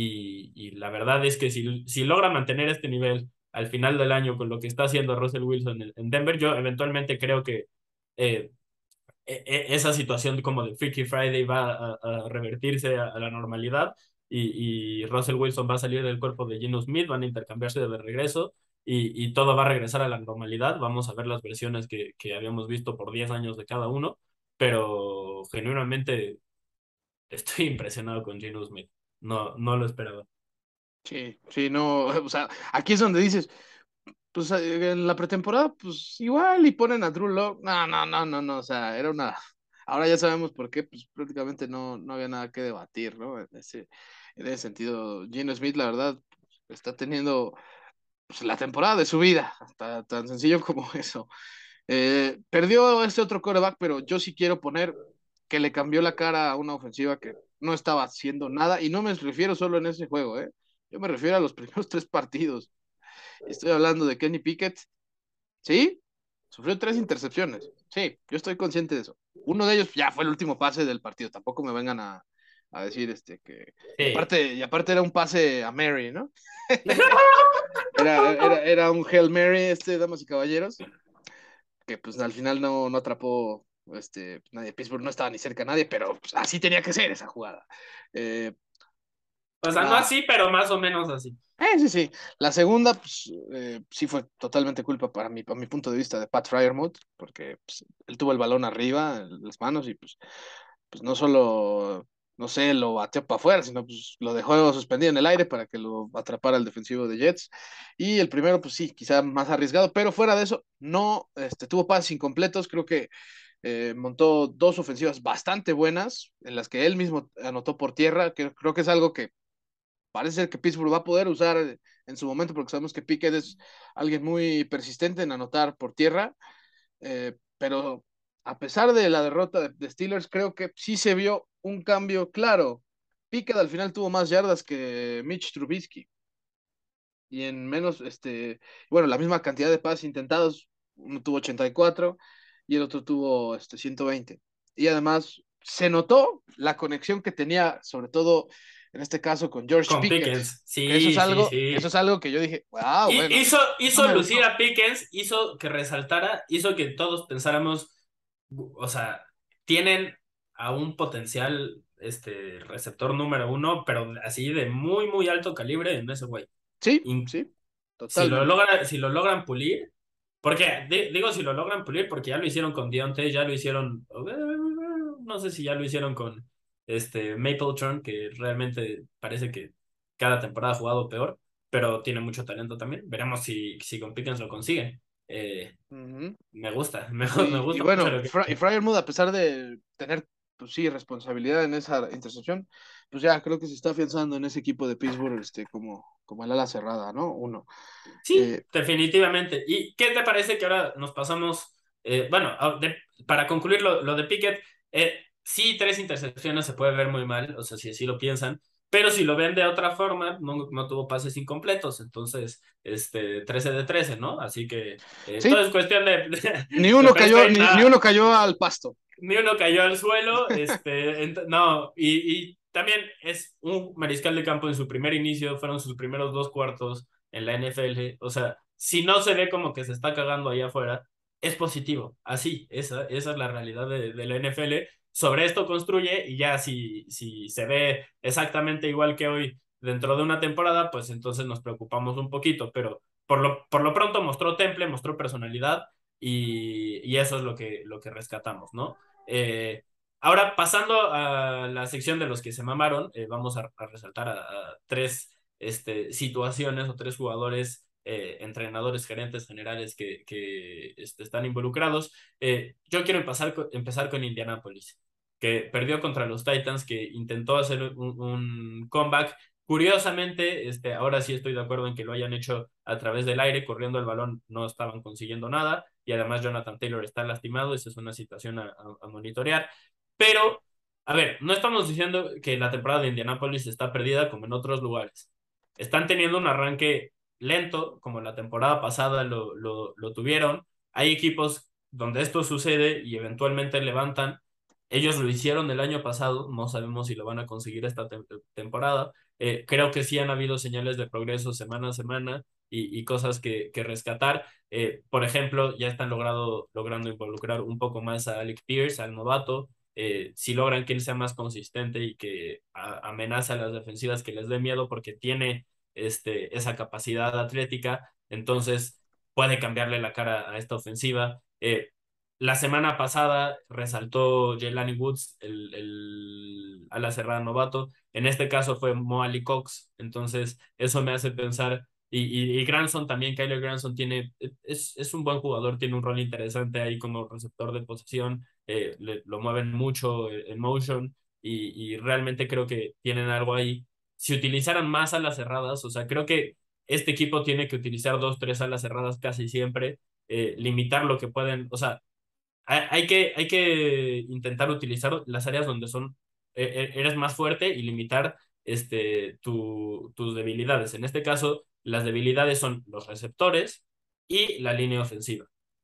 y, y la verdad es que si, si logra mantener este nivel al final del año con lo que está haciendo Russell Wilson en, en Denver, yo eventualmente creo que eh, e- e- esa situación como de Freaky Friday va a, a revertirse a, a la normalidad y, y Russell Wilson va a salir del cuerpo de Geno Smith, van a intercambiarse de regreso y, y todo va a regresar a la normalidad. Vamos a ver las versiones que, que habíamos visto por diez años de cada uno, pero genuinamente estoy impresionado con Geno Smith. No, no lo esperaba. Sí, sí, no, o sea, aquí es donde dices, pues eh, en la pretemporada, pues igual y ponen a Drew Lock. No, no, no, no, no, o sea, era una. Ahora ya sabemos por qué, pues prácticamente no, no había nada que debatir, ¿no? En ese, en ese sentido, Geno Smith, la verdad, está teniendo pues, la temporada de su vida, hasta tan sencillo como eso. Eh, perdió este otro quarterback, pero yo sí quiero poner que le cambió la cara a una ofensiva que no estaba haciendo nada, y no me refiero solo en ese juego, ¿eh? Yo me refiero a los primeros tres partidos. Estoy hablando de Kenny Pickett, ¿sí? Sufrió tres intercepciones. Sí, yo estoy consciente de eso. Uno de ellos ya fue el último pase del partido. Tampoco me vengan a, a decir este que. Y Sí. aparte, y aparte era un pase a Mary, ¿no? Era, era, era un Hail Mary, este, damas y caballeros, que pues al final no, no atrapó este, nadie. Pittsburgh no estaba ni cerca de nadie, pero pues, así tenía que ser esa jugada. Eh, O sea, no la, así, pero más o menos así. eh, sí, sí. La segunda, pues, eh, sí fue totalmente culpa para mí, para mi punto de vista de Pat Fryermuth, porque pues, él tuvo el balón arriba, en las manos, y pues, pues no solo, no sé, lo bateó para afuera, sino pues lo dejó suspendido en el aire para que lo atrapara el defensivo de Jets. Y el primero, pues sí, quizá más arriesgado, pero fuera de eso, no, este, tuvo pases incompletos, creo que eh, montó dos ofensivas bastante buenas, en las que él mismo anotó por tierra, que creo que es algo que parece ser que Pittsburgh va a poder usar en su momento, porque sabemos que Pickett es alguien muy persistente en anotar por tierra, eh, pero a pesar de la derrota de, de, Steelers, creo que sí se vio un cambio claro. Pickett al final tuvo más yardas que Mitch Trubisky y en menos, este, bueno, la misma cantidad de pases intentados, uno tuvo ochenta y cuatro y el otro tuvo este, ciento veinte. Y además se notó la conexión que tenía, sobre todo en este caso con George Con Pickett, Pickens. que eso es Sí, sí, algo, que eso sí. es algo que yo dije, wow, Y bueno, hizo, eso hizo me lucir gustó. a Pickens, hizo que resaltara, hizo que todos pensáramos, o sea, tienen a un potencial este, receptor número uno, pero así de muy, muy alto calibre en ese güey. Sí, Y sí, si lo totalmente. logra, si lo logran pulir, porque di- digo si lo logran pulir, porque ya lo hicieron con Deontay, ya lo hicieron, no sé si ya lo hicieron con este Mapletron, que realmente parece que cada temporada ha jugado peor, pero tiene mucho talento también. Veremos si, si con Pickens lo consiguen. Eh, Uh -huh. me gusta, me, me Y, y gusta mucho bueno, lo que... Fra y Fryermuth, a pesar de tener, pues sí, responsabilidad en esa intercepción, pues ya creo que se está afianzando en ese equipo de Pittsburgh, este, como, como el ala cerrada, ¿no? Uno. Sí, Eh, definitivamente. ¿Y qué te parece que ahora nos pasamos, eh, bueno, a- de- para concluir lo, lo de Pickett, eh, sí, tres intercepciones se puede ver muy mal, o sea, si así lo piensan, pero si lo ven de otra forma, no, no tuvo pases incompletos, entonces, este, trece de trece, ¿no? Así que eh, todo sí, es cuestión de, ni de uno cayó, perspectiva, ni, ni nada, uno cayó al pasto. ni uno cayó al suelo, este, ent- no, y, y también es un mariscal de campo en su primer inicio, fueron sus primeros dos cuartos en la N F L, o sea, si no se ve como que se está cagando allá afuera, es positivo, así, esa, esa es la realidad de, de la N F L, sobre esto construye y ya si, si se ve exactamente igual que hoy dentro de una temporada, pues entonces nos preocupamos un poquito, pero por lo, por lo pronto mostró temple, mostró personalidad y, y eso es lo que, lo que rescatamos, ¿no? Eh, ahora, pasando a la sección de los que se mamaron, eh, vamos a, a resaltar a, a tres este, situaciones o tres jugadores, eh, entrenadores, gerentes generales que, que este, están involucrados. Eh, yo quiero empezar con, empezar con Indianapolis, que perdió contra los Titans, que intentó hacer un, un comeback. Curiosamente, este, ahora sí estoy de acuerdo en que lo hayan hecho a través del aire, corriendo el balón, no estaban consiguiendo nada y además Jonathan Taylor está lastimado, esa es una situación a, a, a monitorear. Pero, a ver, no estamos diciendo que la temporada de Indianapolis está perdida como en otros lugares. Están teniendo un arranque lento, como la temporada pasada lo, lo, lo tuvieron. Hay equipos donde esto sucede y eventualmente levantan. Ellos lo hicieron el año pasado, no sabemos si lo van a conseguir esta te temporada. Eh, creo que sí han habido señales de progreso semana a semana y, y cosas que, que rescatar. Eh, por ejemplo, ya están logrado, logrando involucrar un poco más a Alec Pierce, al novato. Eh, si logran que él sea más consistente y que a, amenaza a las defensivas, que les dé miedo porque tiene este, esa capacidad atlética, entonces puede cambiarle la cara a esta ofensiva. Eh, la semana pasada resaltó Jelani Woods, el, el ala cerrada novato. En este caso fue Mo Ali Cox. Entonces, eso me hace pensar y, y, y Granson también, Kyler Granson tiene, es, es un buen jugador, tiene un rol interesante ahí como receptor de posesión, eh, le, lo mueven mucho en motion y, y realmente creo que tienen algo ahí. Si utilizaran más alas cerradas, o sea, creo que este equipo tiene que utilizar dos, tres alas cerradas casi siempre, eh, limitar lo que pueden, o sea, hay, hay que, hay que intentar utilizar las áreas donde son, eh, eres más fuerte y limitar este, tu, tus debilidades. En este caso, las debilidades son los receptores y la línea ofensiva.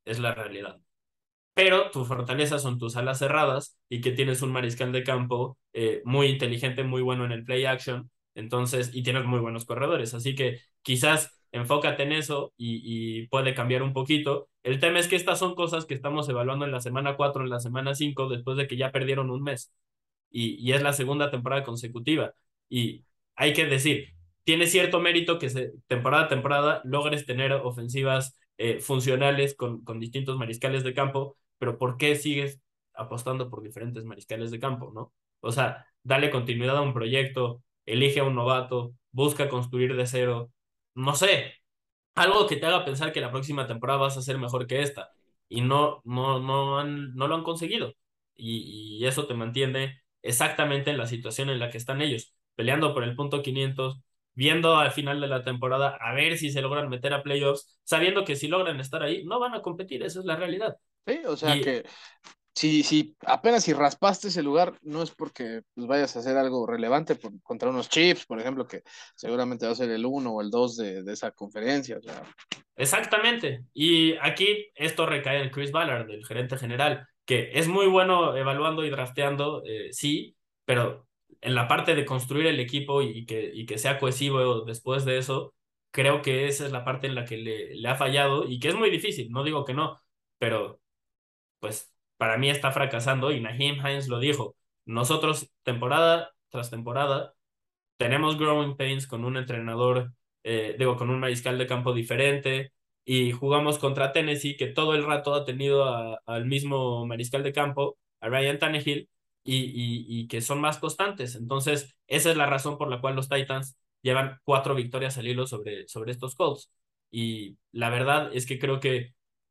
es la realidad. Pero tus fortalezas son tus alas cerradas y que tienes un mariscal de campo eh, muy inteligente, muy bueno en el play action, entonces, y tienes muy buenos corredores, así que quizás enfócate en eso y, y puede cambiar un poquito. El tema es que estas son cosas que estamos evaluando en la semana cuatro, en la semana cinco, después de que ya perdieron un mes y, y es la segunda temporada consecutiva. Y hay que decir, tiene cierto mérito que se, temporada a temporada logres tener ofensivas eh, funcionales con, con distintos mariscales de campo, pero ¿por qué sigues apostando por diferentes mariscales de campo, no? O sea, dale continuidad a un proyecto, elige a un novato, busca construir de cero, no sé, algo que te haga pensar que la próxima temporada vas a ser mejor que esta. Y no, no, no, han, no lo han conseguido. Y, y eso te mantiene exactamente en la situación en la que están ellos, peleando por el punto quinientos, viendo al final de la temporada a ver si se logran meter a playoffs, sabiendo que si logran estar ahí, no van a competir, esa es la realidad. Sí, o sea Y que si, si apenas si raspaste ese lugar, no es porque pues, vayas a hacer algo relevante por- contra unos Chiefs, por ejemplo, que seguramente va a ser el uno o el dos de, de esa conferencia. O sea, exactamente. Y aquí esto recae en Chris Ballard, el gerente general, que es muy bueno evaluando y drafteando, eh, sí, pero en la parte de construir el equipo y que, y que sea cohesivo después de eso, creo que esa es la parte en la que le, le ha fallado y que es muy difícil, no digo que no, pero pues para mí está fracasando y Naheem Hines lo dijo. Nosotros temporada tras temporada tenemos growing pains con un entrenador, eh, digo, con un mariscal de campo diferente y jugamos contra Tennessee que todo el rato ha tenido a- al mismo mariscal de campo, a Ryan Tannehill, y, y, y que son más constantes. Entonces, esa es la razón por la cual los Titans llevan cuatro victorias al hilo sobre, sobre estos Colts. Y la verdad es que creo que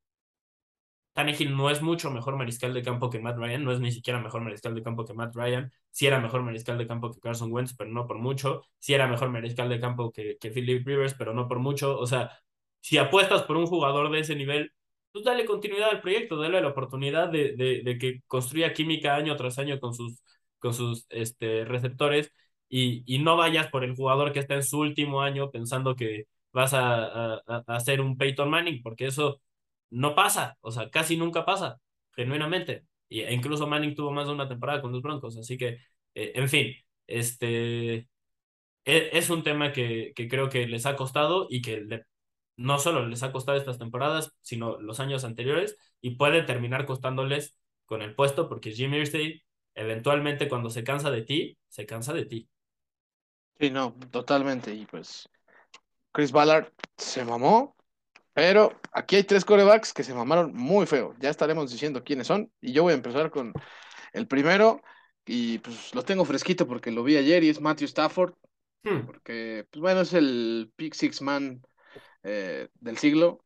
Tannehill no es mucho mejor mariscal de campo que Matt Ryan, no es ni siquiera mejor mariscal de campo que Matt Ryan, sí era mejor mariscal de campo que Carson Wentz, pero no por mucho, sí era mejor mariscal de campo que, que Philip Rivers, pero no por mucho, o sea, si apuestas por un jugador de ese nivel, pues dale continuidad al proyecto, dale la oportunidad de, de, de que construya química año tras año con sus, con sus este, receptores y, y no vayas por el jugador que está en su último año pensando que vas a, a, a hacer un Peyton Manning, porque eso no pasa, o sea, casi nunca pasa, genuinamente. Y, e incluso Manning tuvo más de una temporada con los Broncos, así que, eh, en fin, este e- es, un tema que, que creo que les ha costado y que le- no solo les ha costado estas temporadas, sino los años anteriores, y puede terminar costándoles con el puesto, porque Jim Irsay, eventualmente, cuando se cansa de ti, se cansa de ti. sí, no, totalmente. Y pues Chris Ballard se mamó, pero aquí hay tres corebacks que se mamaron muy feo. Ya estaremos diciendo quiénes son. Y yo voy a empezar con el primero. Y pues lo tengo fresquito porque lo vi ayer y es Matthew Stafford. Hmm. Porque, pues bueno, es el pick six man eh, del siglo.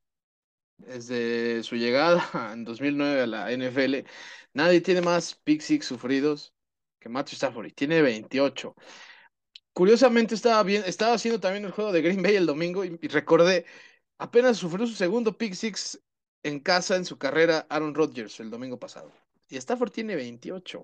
Desde su llegada en dos mil nueve a la N F L, nadie tiene más pick six sufridos que Matthew Stafford y tiene veintiocho. Curiosamente estaba bien, estaba haciendo también el juego de Green Bay el domingo y, y recordé, apenas sufrió su segundo pick six en casa en su carrera Aaron Rodgers el domingo pasado. Y Stafford tiene veintiocho.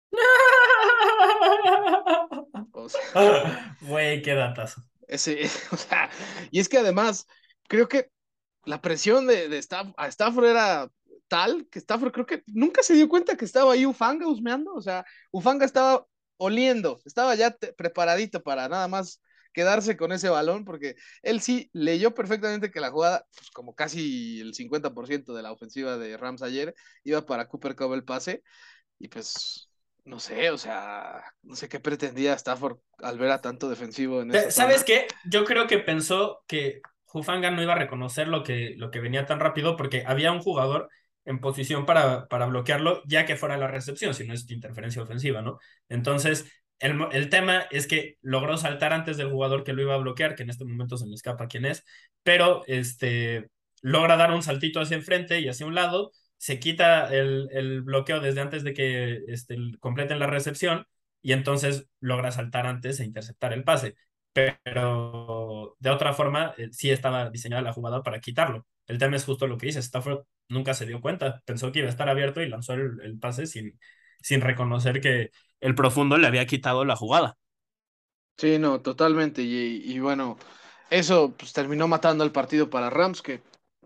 O sea, Güey, qué datazo. ese, o sea, y es que además, creo que la presión de, de Staff, a Stafford era tal que Stafford creo que nunca se dio cuenta que estaba ahí Ufanga husmeando. O sea, Ufanga estaba oliendo, estaba ya te- preparadito para nada más quedarse con ese balón, porque él sí leyó perfectamente que la jugada, pues como casi el cincuenta por ciento de la ofensiva de Rams ayer, iba para Cooper Cup el pase, y pues no sé, o sea, no sé qué pretendía Stafford al ver a tanto defensivo en esa ¿Sabes zona. qué? Yo creo que pensó que Hufanga no iba a reconocer lo que, lo que venía tan rápido porque había un jugador en posición para, para bloquearlo, ya que fuera la recepción, si no es interferencia ofensiva, ¿no? Entonces, el, mo- el tema es que logró saltar antes del jugador que lo iba a bloquear, que en este momento se me escapa quién es, pero este, logra dar un saltito hacia enfrente y hacia un lado, se quita el, el bloqueo desde antes de que este, completen la recepción y entonces logra saltar antes e interceptar el pase, pero de otra forma eh, sí estaba diseñada la jugada para quitarlo. El tema es justo lo que dice, Stafford nunca se dio cuenta, pensó que iba a estar abierto y lanzó el, el pase sin, sin reconocer que el profundo le había quitado la jugada. Sí, no, totalmente. Y, y bueno, eso pues, terminó matando el partido para Rams, que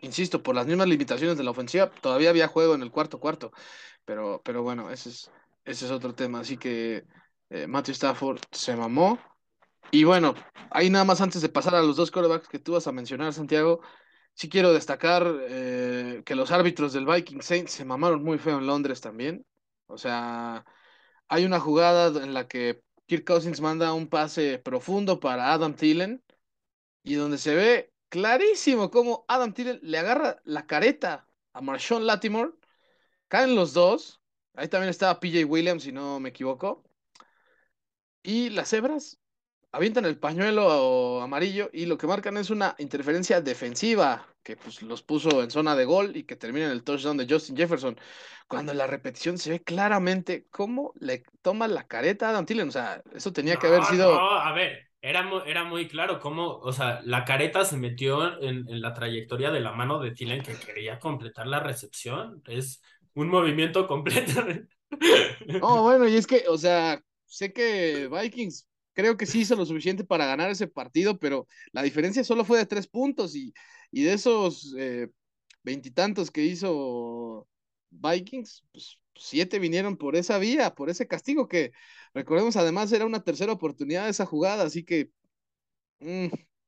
insisto, por las mismas limitaciones de la ofensiva, todavía había juego en el cuarto cuarto, pero, pero bueno, ese es, ese es otro tema. Así que eh, Matthew Stafford se mamó. Y bueno, ahí nada más antes de pasar a los dos quarterbacks que tú vas a mencionar, Santiago, sí quiero destacar eh, que los árbitros del Viking Saints se mamaron muy feo en Londres también. O sea, hay una jugada en la que Kirk Cousins manda un pase profundo para Adam Thielen y donde se ve clarísimo cómo Adam Thielen le agarra la careta a Marshawn Lattimore, caen los dos, ahí también estaba P J Williams, si no me equivoco, y las cebras avientan el pañuelo amarillo y lo que marcan es una interferencia defensiva que pues, los puso en zona de gol y que termina en el touchdown de Justin Jefferson. Cuando en la repetición se ve claramente cómo le toma la careta a Adam Thielen. O sea, eso tenía que haber No, sido. no, a ver, era muy, era muy claro cómo, o sea, la careta se metió en, en la trayectoria de la mano de Thielen que quería completar la recepción. Es un movimiento completo. No, bueno, y es que, o sea, sé que Vikings creo que sí hizo lo suficiente para ganar ese partido, pero la diferencia solo fue de tres puntos y, y de esos eh, veintitantos que hizo Vikings, pues siete vinieron por esa vía, por ese castigo que, recordemos, además era una tercera oportunidad de esa jugada, así que mm,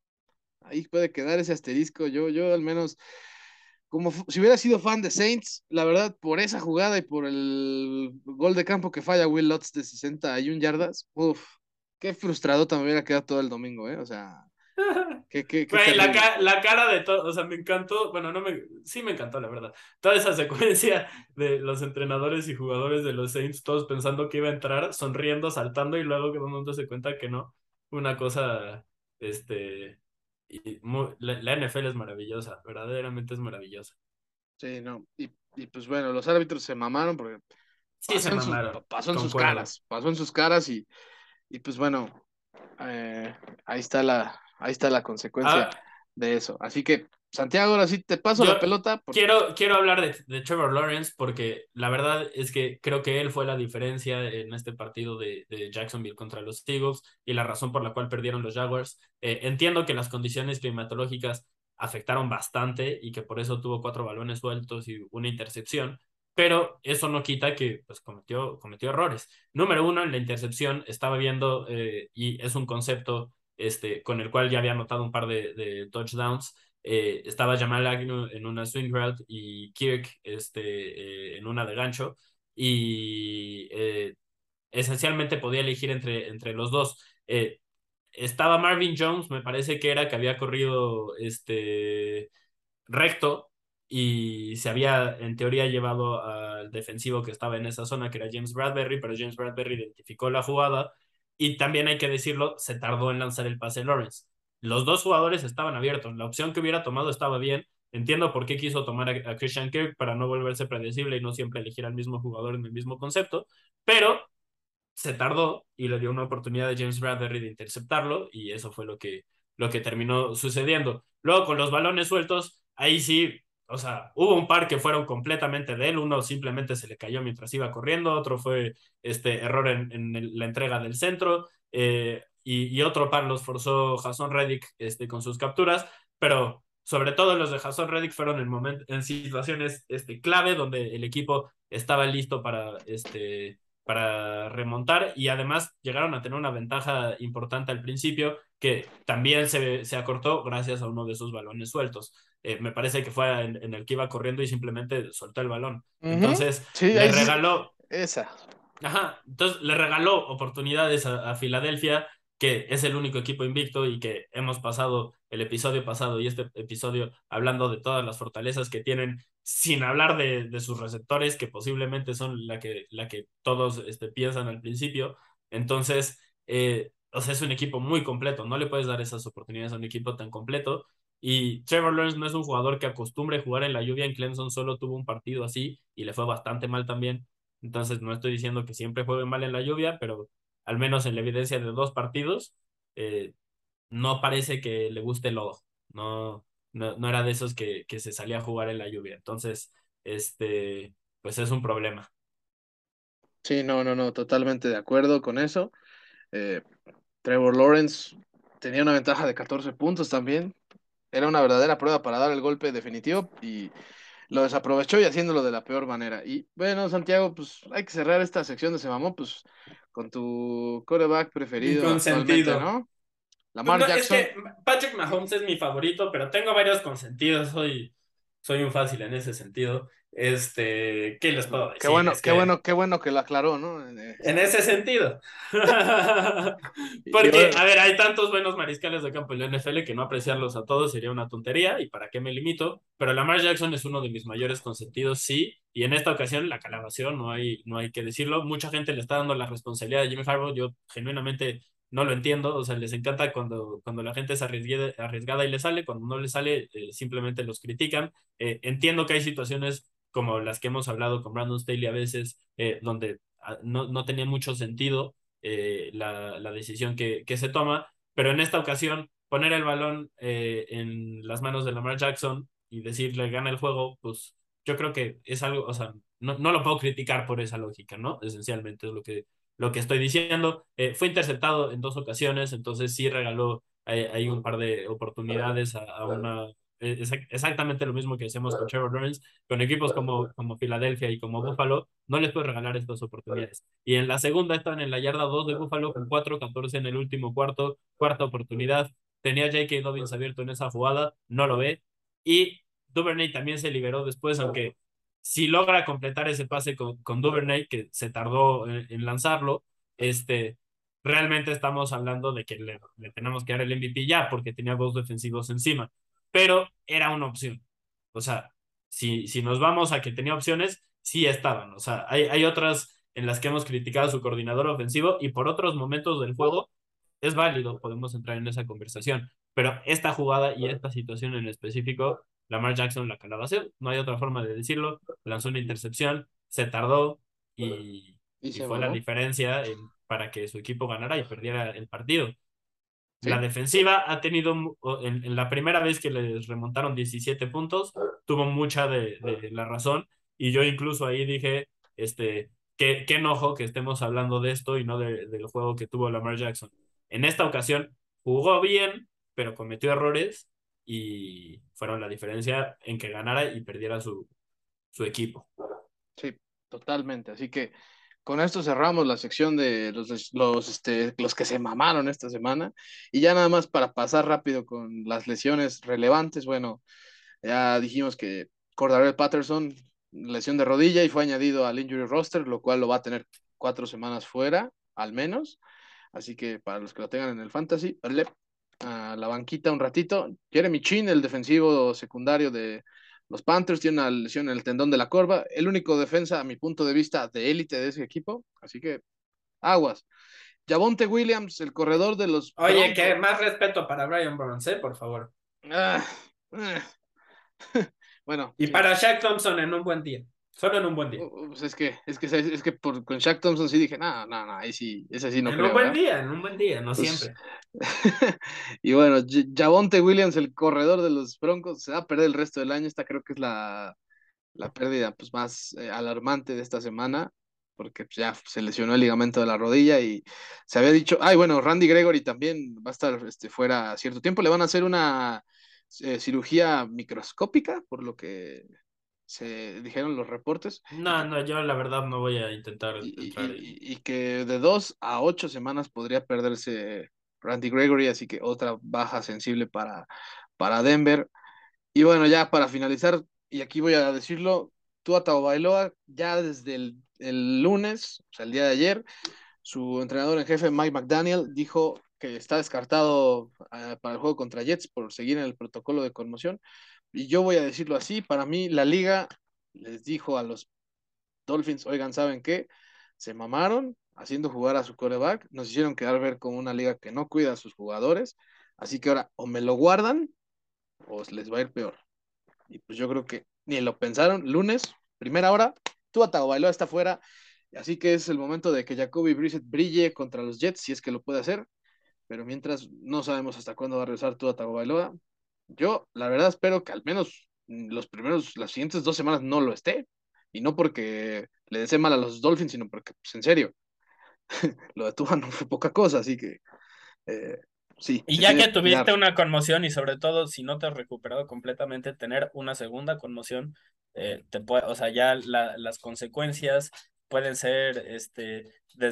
ahí puede quedar ese asterisco. Yo, yo al menos como fu- si hubiera sido fan de Saints, la verdad, por esa jugada y por el gol de campo que falla Will Lutz de sesenta y una yardas, uff, qué frustrado también hubiera quedado todo el domingo, ¿eh? O sea, qué, qué, qué Güey, la, terrible. ca- la cara de todo, o sea, me encantó, bueno, no me, sí me encantó, la verdad. Toda esa secuencia de los entrenadores y jugadores de los Saints, todos pensando que iba a entrar, sonriendo, saltando, y luego que todo el mundo se cuenta que no. Una cosa, este, y muy- la, la N F L es maravillosa, verdaderamente es maravillosa. Sí, no. Y, y pues bueno, los árbitros se mamaron porque Sí se pasó en sus, mamaron, pa- pasó en sus concuerdo. caras, pasó en sus caras y, y pues bueno, eh, ahí está la, ahí está la consecuencia Ah, de eso. Así que, Santiago, ahora sí te paso Yo la pelota porque quiero, quiero hablar de, de Trevor Lawrence porque la verdad es que creo que él fue la diferencia en este partido de, de Jacksonville contra los Eagles y la razón por la cual perdieron los Jaguars. Eh, entiendo que las condiciones climatológicas afectaron bastante y que por eso tuvo cuatro balones sueltos y una intercepción, pero eso no quita que pues, cometió, cometió errores. Número uno, en la intercepción estaba viendo, eh, y es un concepto este, con el cual ya había anotado un par de, de touchdowns. Eh, estaba Jamal Agnew en una swing route y Kirk este, eh, en una de gancho y eh, esencialmente podía elegir entre, entre los dos. Eh, estaba Marvin Jones, me parece que era que había corrido este, recto y se había en teoría llevado al defensivo que estaba en esa zona, que era James Bradbury, pero James Bradbury identificó la jugada y también hay que decirlo, se tardó en lanzar el pase Lawrence. Los dos jugadores estaban abiertos, la opción que hubiera tomado estaba bien. Entiendo por qué quiso tomar a, a Christian Kirk para no volverse predecible y no siempre elegir al mismo jugador en el mismo concepto, pero se tardó y le dio una oportunidad a James Bradbury de interceptarlo y eso fue lo que, lo que terminó sucediendo. Luego con los balones sueltos, ahí sí, o sea, hubo un par que fueron completamente de él, uno simplemente se le cayó mientras iba corriendo, otro fue este error en, en el, la entrega del centro eh, y, y, otro par los forzó Jason Reddick este, con sus capturas, pero sobre todo los de Jason Reddick fueron en, moment, en situaciones este, clave donde el equipo estaba listo para este, para remontar y además llegaron a tener una ventaja importante al principio que también se, se acortó gracias a uno de sus balones sueltos. Eh, me parece que fue en, en, el que iba corriendo y simplemente soltó el balón. ujú, Entonces sí, le ahí sí, regaló, esa. ajá, entonces le regaló oportunidades a, a Filadelfia, que es el único equipo invicto y que hemos pasado el episodio pasado y este episodio hablando de todas las fortalezas que tienen, sin hablar de, de sus receptores, que posiblemente son la que, la que todos este, piensan al principio. Entonces, eh, o sea, es un equipo muy completo, no le puedes dar esas oportunidades a un equipo tan completo. Y Trevor Lawrence no es un jugador que acostumbre jugar en la lluvia. En Clemson solo tuvo un partido así y le fue bastante mal también. Entonces, no estoy diciendo que siempre juegue mal en la lluvia, pero al menos en la evidencia de dos partidos, eh, no parece que le guste el lodo. No, no, no era de esos que, que se salía a jugar en la lluvia. Entonces, este, pues es un problema. Sí, no, no, no, totalmente de acuerdo con eso. Eh, Trevor Lawrence tenía una ventaja de catorce puntos también. era una verdadera prueba para dar el golpe definitivo y lo desaprovechó y haciéndolo de la peor manera. Y bueno, Santiago, pues hay que cerrar esta sección de Se Mamó, pues con tu quarterback Mi preferido actualmente, consentido. ¿no? Pues Lamar no, es Jackson. que Patrick Mahomes es mi favorito, pero tengo varios consentidos. Soy, soy un fácil en ese sentido. Este, ¿qué les puedo Qué decir? bueno, Es qué que bueno, qué bueno que lo aclaró, ¿no? Eh, en ese sentido. Y, y Porque, bueno, a ver, hay tantos buenos mariscales de campo en la N F L que no apreciarlos a todos sería una tontería y para qué me limito. Pero Lamar Jackson es uno de mis mayores consentidos, sí. Y en esta ocasión la calabación, no hay, no hay que decirlo. Mucha gente le está dando la responsabilidad a Jimmy Harbaugh. Yo genuinamente no lo entiendo. O sea, les encanta cuando, cuando la gente es arriesgada, arriesgada y le sale. Cuando no le sale, eh, simplemente los critican. Eh, entiendo que hay situaciones como las que hemos hablado con Brandon Staley a veces, eh, donde ah, no, no tenía mucho sentido eh, la, la, decisión que, que, se toma, pero en esta ocasión poner el balón eh, en las manos de Lamar Jackson y decirle gana el juego, pues yo creo que es algo, o sea, no, no lo puedo criticar por esa lógica, ¿no? Esencialmente es lo que, lo que estoy diciendo. Eh, fue interceptado en dos ocasiones, entonces sí regaló eh, ahí un par de oportunidades a, a una es exactamente lo mismo que hacemos con Trevor Lawrence, con equipos como, como Filadelfia y como Buffalo, no les puedes regalar estas oportunidades. Y en la segunda estaban en la yarda dos de Buffalo con cuatro catorce en el último cuarto, cuarta oportunidad. Tenía J K. Dobbins abierto en esa jugada, no lo ve. Y Duvernay también se liberó después, aunque si logra completar ese pase con, con Duvernay, que se tardó en, en lanzarlo, este, realmente estamos hablando de que le, le tenemos que dar el M V P ya, porque tenía dos defensivos encima. Pero era una opción. O sea, si, si nos vamos a que tenía opciones, sí estaban. O sea, hay, hay otras en las que hemos criticado a su coordinador ofensivo y por otros momentos del juego es válido, podemos entrar en esa conversación. Pero esta jugada y esta situación en específico, Lamar Jackson la calabació, no hay otra forma de decirlo, lanzó una intercepción, se tardó y, y y se fue la mamó, diferencia en, para que su equipo ganara y perdiera el partido. La ¿sí? defensiva ha tenido, en, en, la primera vez que les remontaron diecisiete puntos, tuvo mucha de, de la razón. Y yo incluso ahí dije, este, qué, qué enojo que estemos hablando de esto y no de, del juego que tuvo Lamar Jackson. En esta ocasión jugó bien, pero cometió errores y fueron la diferencia en que ganara y perdiera su, su equipo. Sí, totalmente. Así que con esto cerramos la sección de los, los, este, los que se mamaron esta semana. Y ya nada más para pasar rápido con las lesiones relevantes. Bueno, ya dijimos que Cordarrelle Patterson, lesión de rodilla y fue añadido al injury roster, lo cual lo va a tener cuatro semanas fuera, al menos. Así que para los que lo tengan en el fantasy, dale a la banquita un ratito. Jeremy Chin, el defensivo secundario de los Panthers, tiene una lesión en el tendón de la corva. El único defensa, a mi punto de vista, de élite de ese equipo. Así que aguas. Javonte Williams, el corredor de los Oye, que Broncos. más respeto para Brian Burns, ¿eh? Por favor. Ah, ah. Bueno, Y sí. para Shaq Thompson en un buen día. Solo en un buen día. Uh, Pues es que, es que, es que por, con Shaq Thompson sí dije, no, no, no, ahí sí, ese sí no En un creo, buen ¿verdad? día, en un buen día, no Pues, siempre. y bueno, J- Javonte Williams, el corredor de los Broncos, se va a perder el resto del año. Esta creo que es la, la pérdida pues, más eh, alarmante de esta semana, porque pues, ya se lesionó el ligamento de la rodilla y se había dicho, ay, bueno, Randy Gregory también va a estar este, fuera cierto tiempo. Le van a hacer una eh, cirugía microscópica, por lo que se dijeron los reportes, y No, que no, yo la verdad no voy a intentar y, entrar ahí. y- y- y que de dos a ocho semanas podría perderse Randy Gregory, así que otra baja sensible para, para Denver. Y bueno, ya para finalizar, y aquí voy a decirlo, Tua Tagovailoa ya desde el, el lunes, o sea, el día de ayer, su entrenador en jefe, Mike McDaniel, dijo que está descartado uh, para el juego contra Jets por seguir en el protocolo de conmoción. Y yo voy a decirlo así, para mí la liga les dijo a los Dolphins, oigan, ¿saben qué? Se mamaron haciendo jugar a su coreback, nos hicieron quedar ver como una liga que no cuida a sus jugadores, así que ahora o me lo guardan o les va a ir peor. Y pues yo creo que ni lo pensaron, lunes, primera hora, Tua Tagovailoa está fuera, así que es el momento de que Jacoby Brissett brille contra los Jets, si es que lo puede hacer, pero mientras no sabemos hasta cuándo va a regresar Tua Tagovailoa. Yo, la verdad, espero que al menos los primeros, las siguientes dos semanas no lo esté. Y no porque le desee mal a los Dolphins, sino porque, pues en serio, lo de Tua no fue poca cosa. Así que, eh, sí, Y se ya tiene que que cuidar. tuviste una conmoción y sobre todo si no te has recuperado completamente, tener una segunda conmoción, eh, te puede, o sea, ya la- las consecuencias pueden ser este,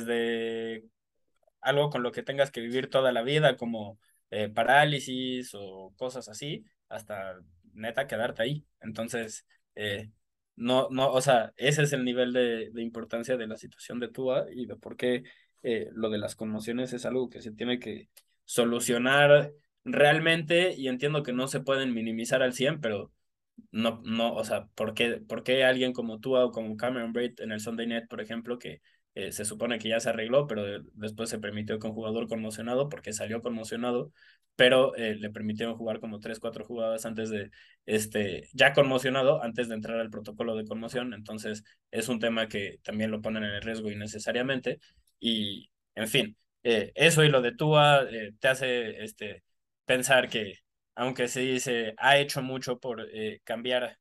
desde algo con lo que tengas que vivir toda la vida, como eh, parálisis o cosas así, hasta neta quedarte ahí. Entonces, eh, no, no, o sea, ese es el nivel de, de importancia de la situación de Tua y de por qué eh, lo de las conmociones es algo que se tiene que solucionar realmente y entiendo que no se pueden minimizar al cien pero no, no, o sea, ¿por qué, por qué alguien como tú o como Cameron Braid en el Sunday Night, por ejemplo, que eh, se supone que ya se arregló, pero de- después se permitió que un jugador conmocionado, porque salió conmocionado, pero eh, le permitieron jugar como tres, cuatro jugadas antes de, este, ya conmocionado, antes de entrar al protocolo de conmoción, entonces es un tema que también lo ponen en el riesgo innecesariamente, y en fin, eh, eso y lo de Tua eh, te hace este, pensar que aunque sí se ha hecho mucho por eh, cambiar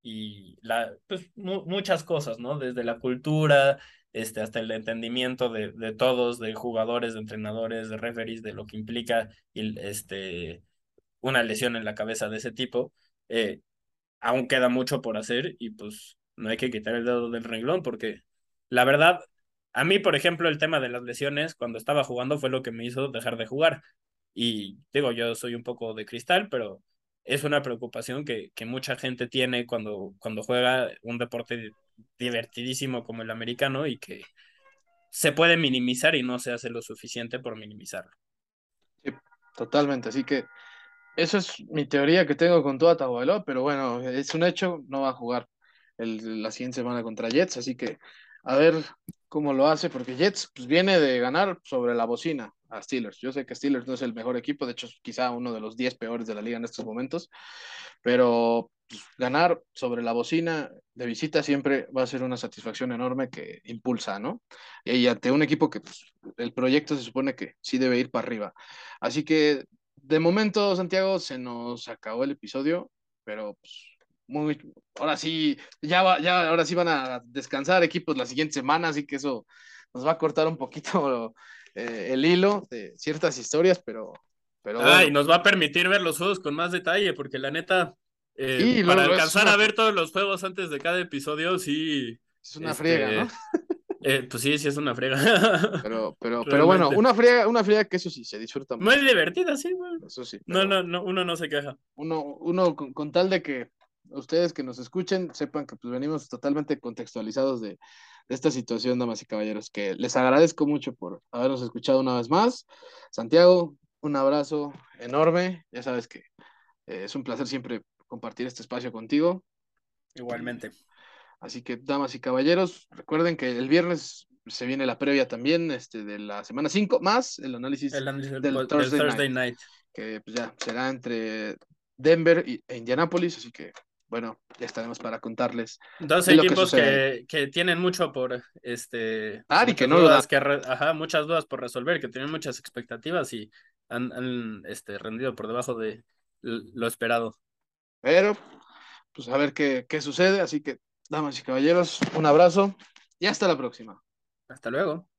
y la, pues, mu- muchas cosas, ¿no? Desde la cultura, este, hasta el entendimiento de, de todos, de jugadores, de entrenadores, de referees, de lo que implica el, este, una lesión en la cabeza de ese tipo. eh, Aún queda mucho por hacer y pues no hay que quitar el dedo del renglón porque la verdad, a mí, por ejemplo, el tema de las lesiones cuando estaba jugando fue lo que me hizo dejar de jugar. Y digo, yo soy un poco de cristal, pero es una preocupación que, que mucha gente tiene cuando, cuando juega un deporte divertidísimo como el americano y que se puede minimizar y no se hace lo suficiente por minimizarlo. Sí, totalmente. Así que eso es mi teoría que tengo con Tua Tagovailoa, pero bueno, es un hecho, no va a jugar el- la siguiente semana contra Jets, así que a ver cómo lo hace, porque Jets pues, viene de ganar sobre la bocina a Steelers. Yo sé que Steelers no es el mejor equipo, de hecho es quizá uno de los diez peores de la liga en estos momentos, pero pues, ganar sobre la bocina de visita siempre va a ser una satisfacción enorme que impulsa, ¿no? Y ante un equipo que pues, el proyecto se supone que sí debe ir para arriba. Así que de momento, Santiago, se nos acabó el episodio, pero pues, muy, ahora sí, ya va, ya, ahora sí van a descansar equipos la siguiente semana, así que eso nos va a cortar un poquito eh, el hilo de ciertas historias, pero, pero Ah, bueno, y nos va a permitir ver los juegos con más detalle, porque la neta, eh, sí, para luego es alcanzar a una, ver todos los juegos antes de cada episodio, sí, es una friega, ¿no? este, eh, pues sí, sí es una friega. Pero, pero, pero bueno, Realmente. una friega, una friega que eso sí, se disfruta Muy mucho, divertida, sí, güey. eso sí, No, pero no, no, uno no se queja. uno, uno con, con tal de que ustedes que nos escuchen sepan que pues venimos totalmente contextualizados de, de esta situación, damas y caballeros, que les agradezco mucho por habernos escuchado una vez más. Santiago, un abrazo enorme, ya sabes que eh, es un placer siempre compartir este espacio contigo. Y Igualmente. así que, damas y caballeros, recuerden que el viernes se viene la previa también este, de la semana cinco más el análisis El análisis del, del po- del Thursday Night, Thursday Night. que pues ya será entre Denver y, e Indianapolis, así que bueno, ya estaremos para contarles Dos de lo que equipos sucede ahí. que, que tienen mucho por, este, pues Ah, y que muchas no lo dan, dudas que, re- ajá, muchas dudas por resolver, que tienen muchas expectativas y han, han, este, rendido por debajo de l- lo esperado. pero pues a ver qué, qué sucede, así que, damas y caballeros, un abrazo y hasta la próxima. Hasta luego.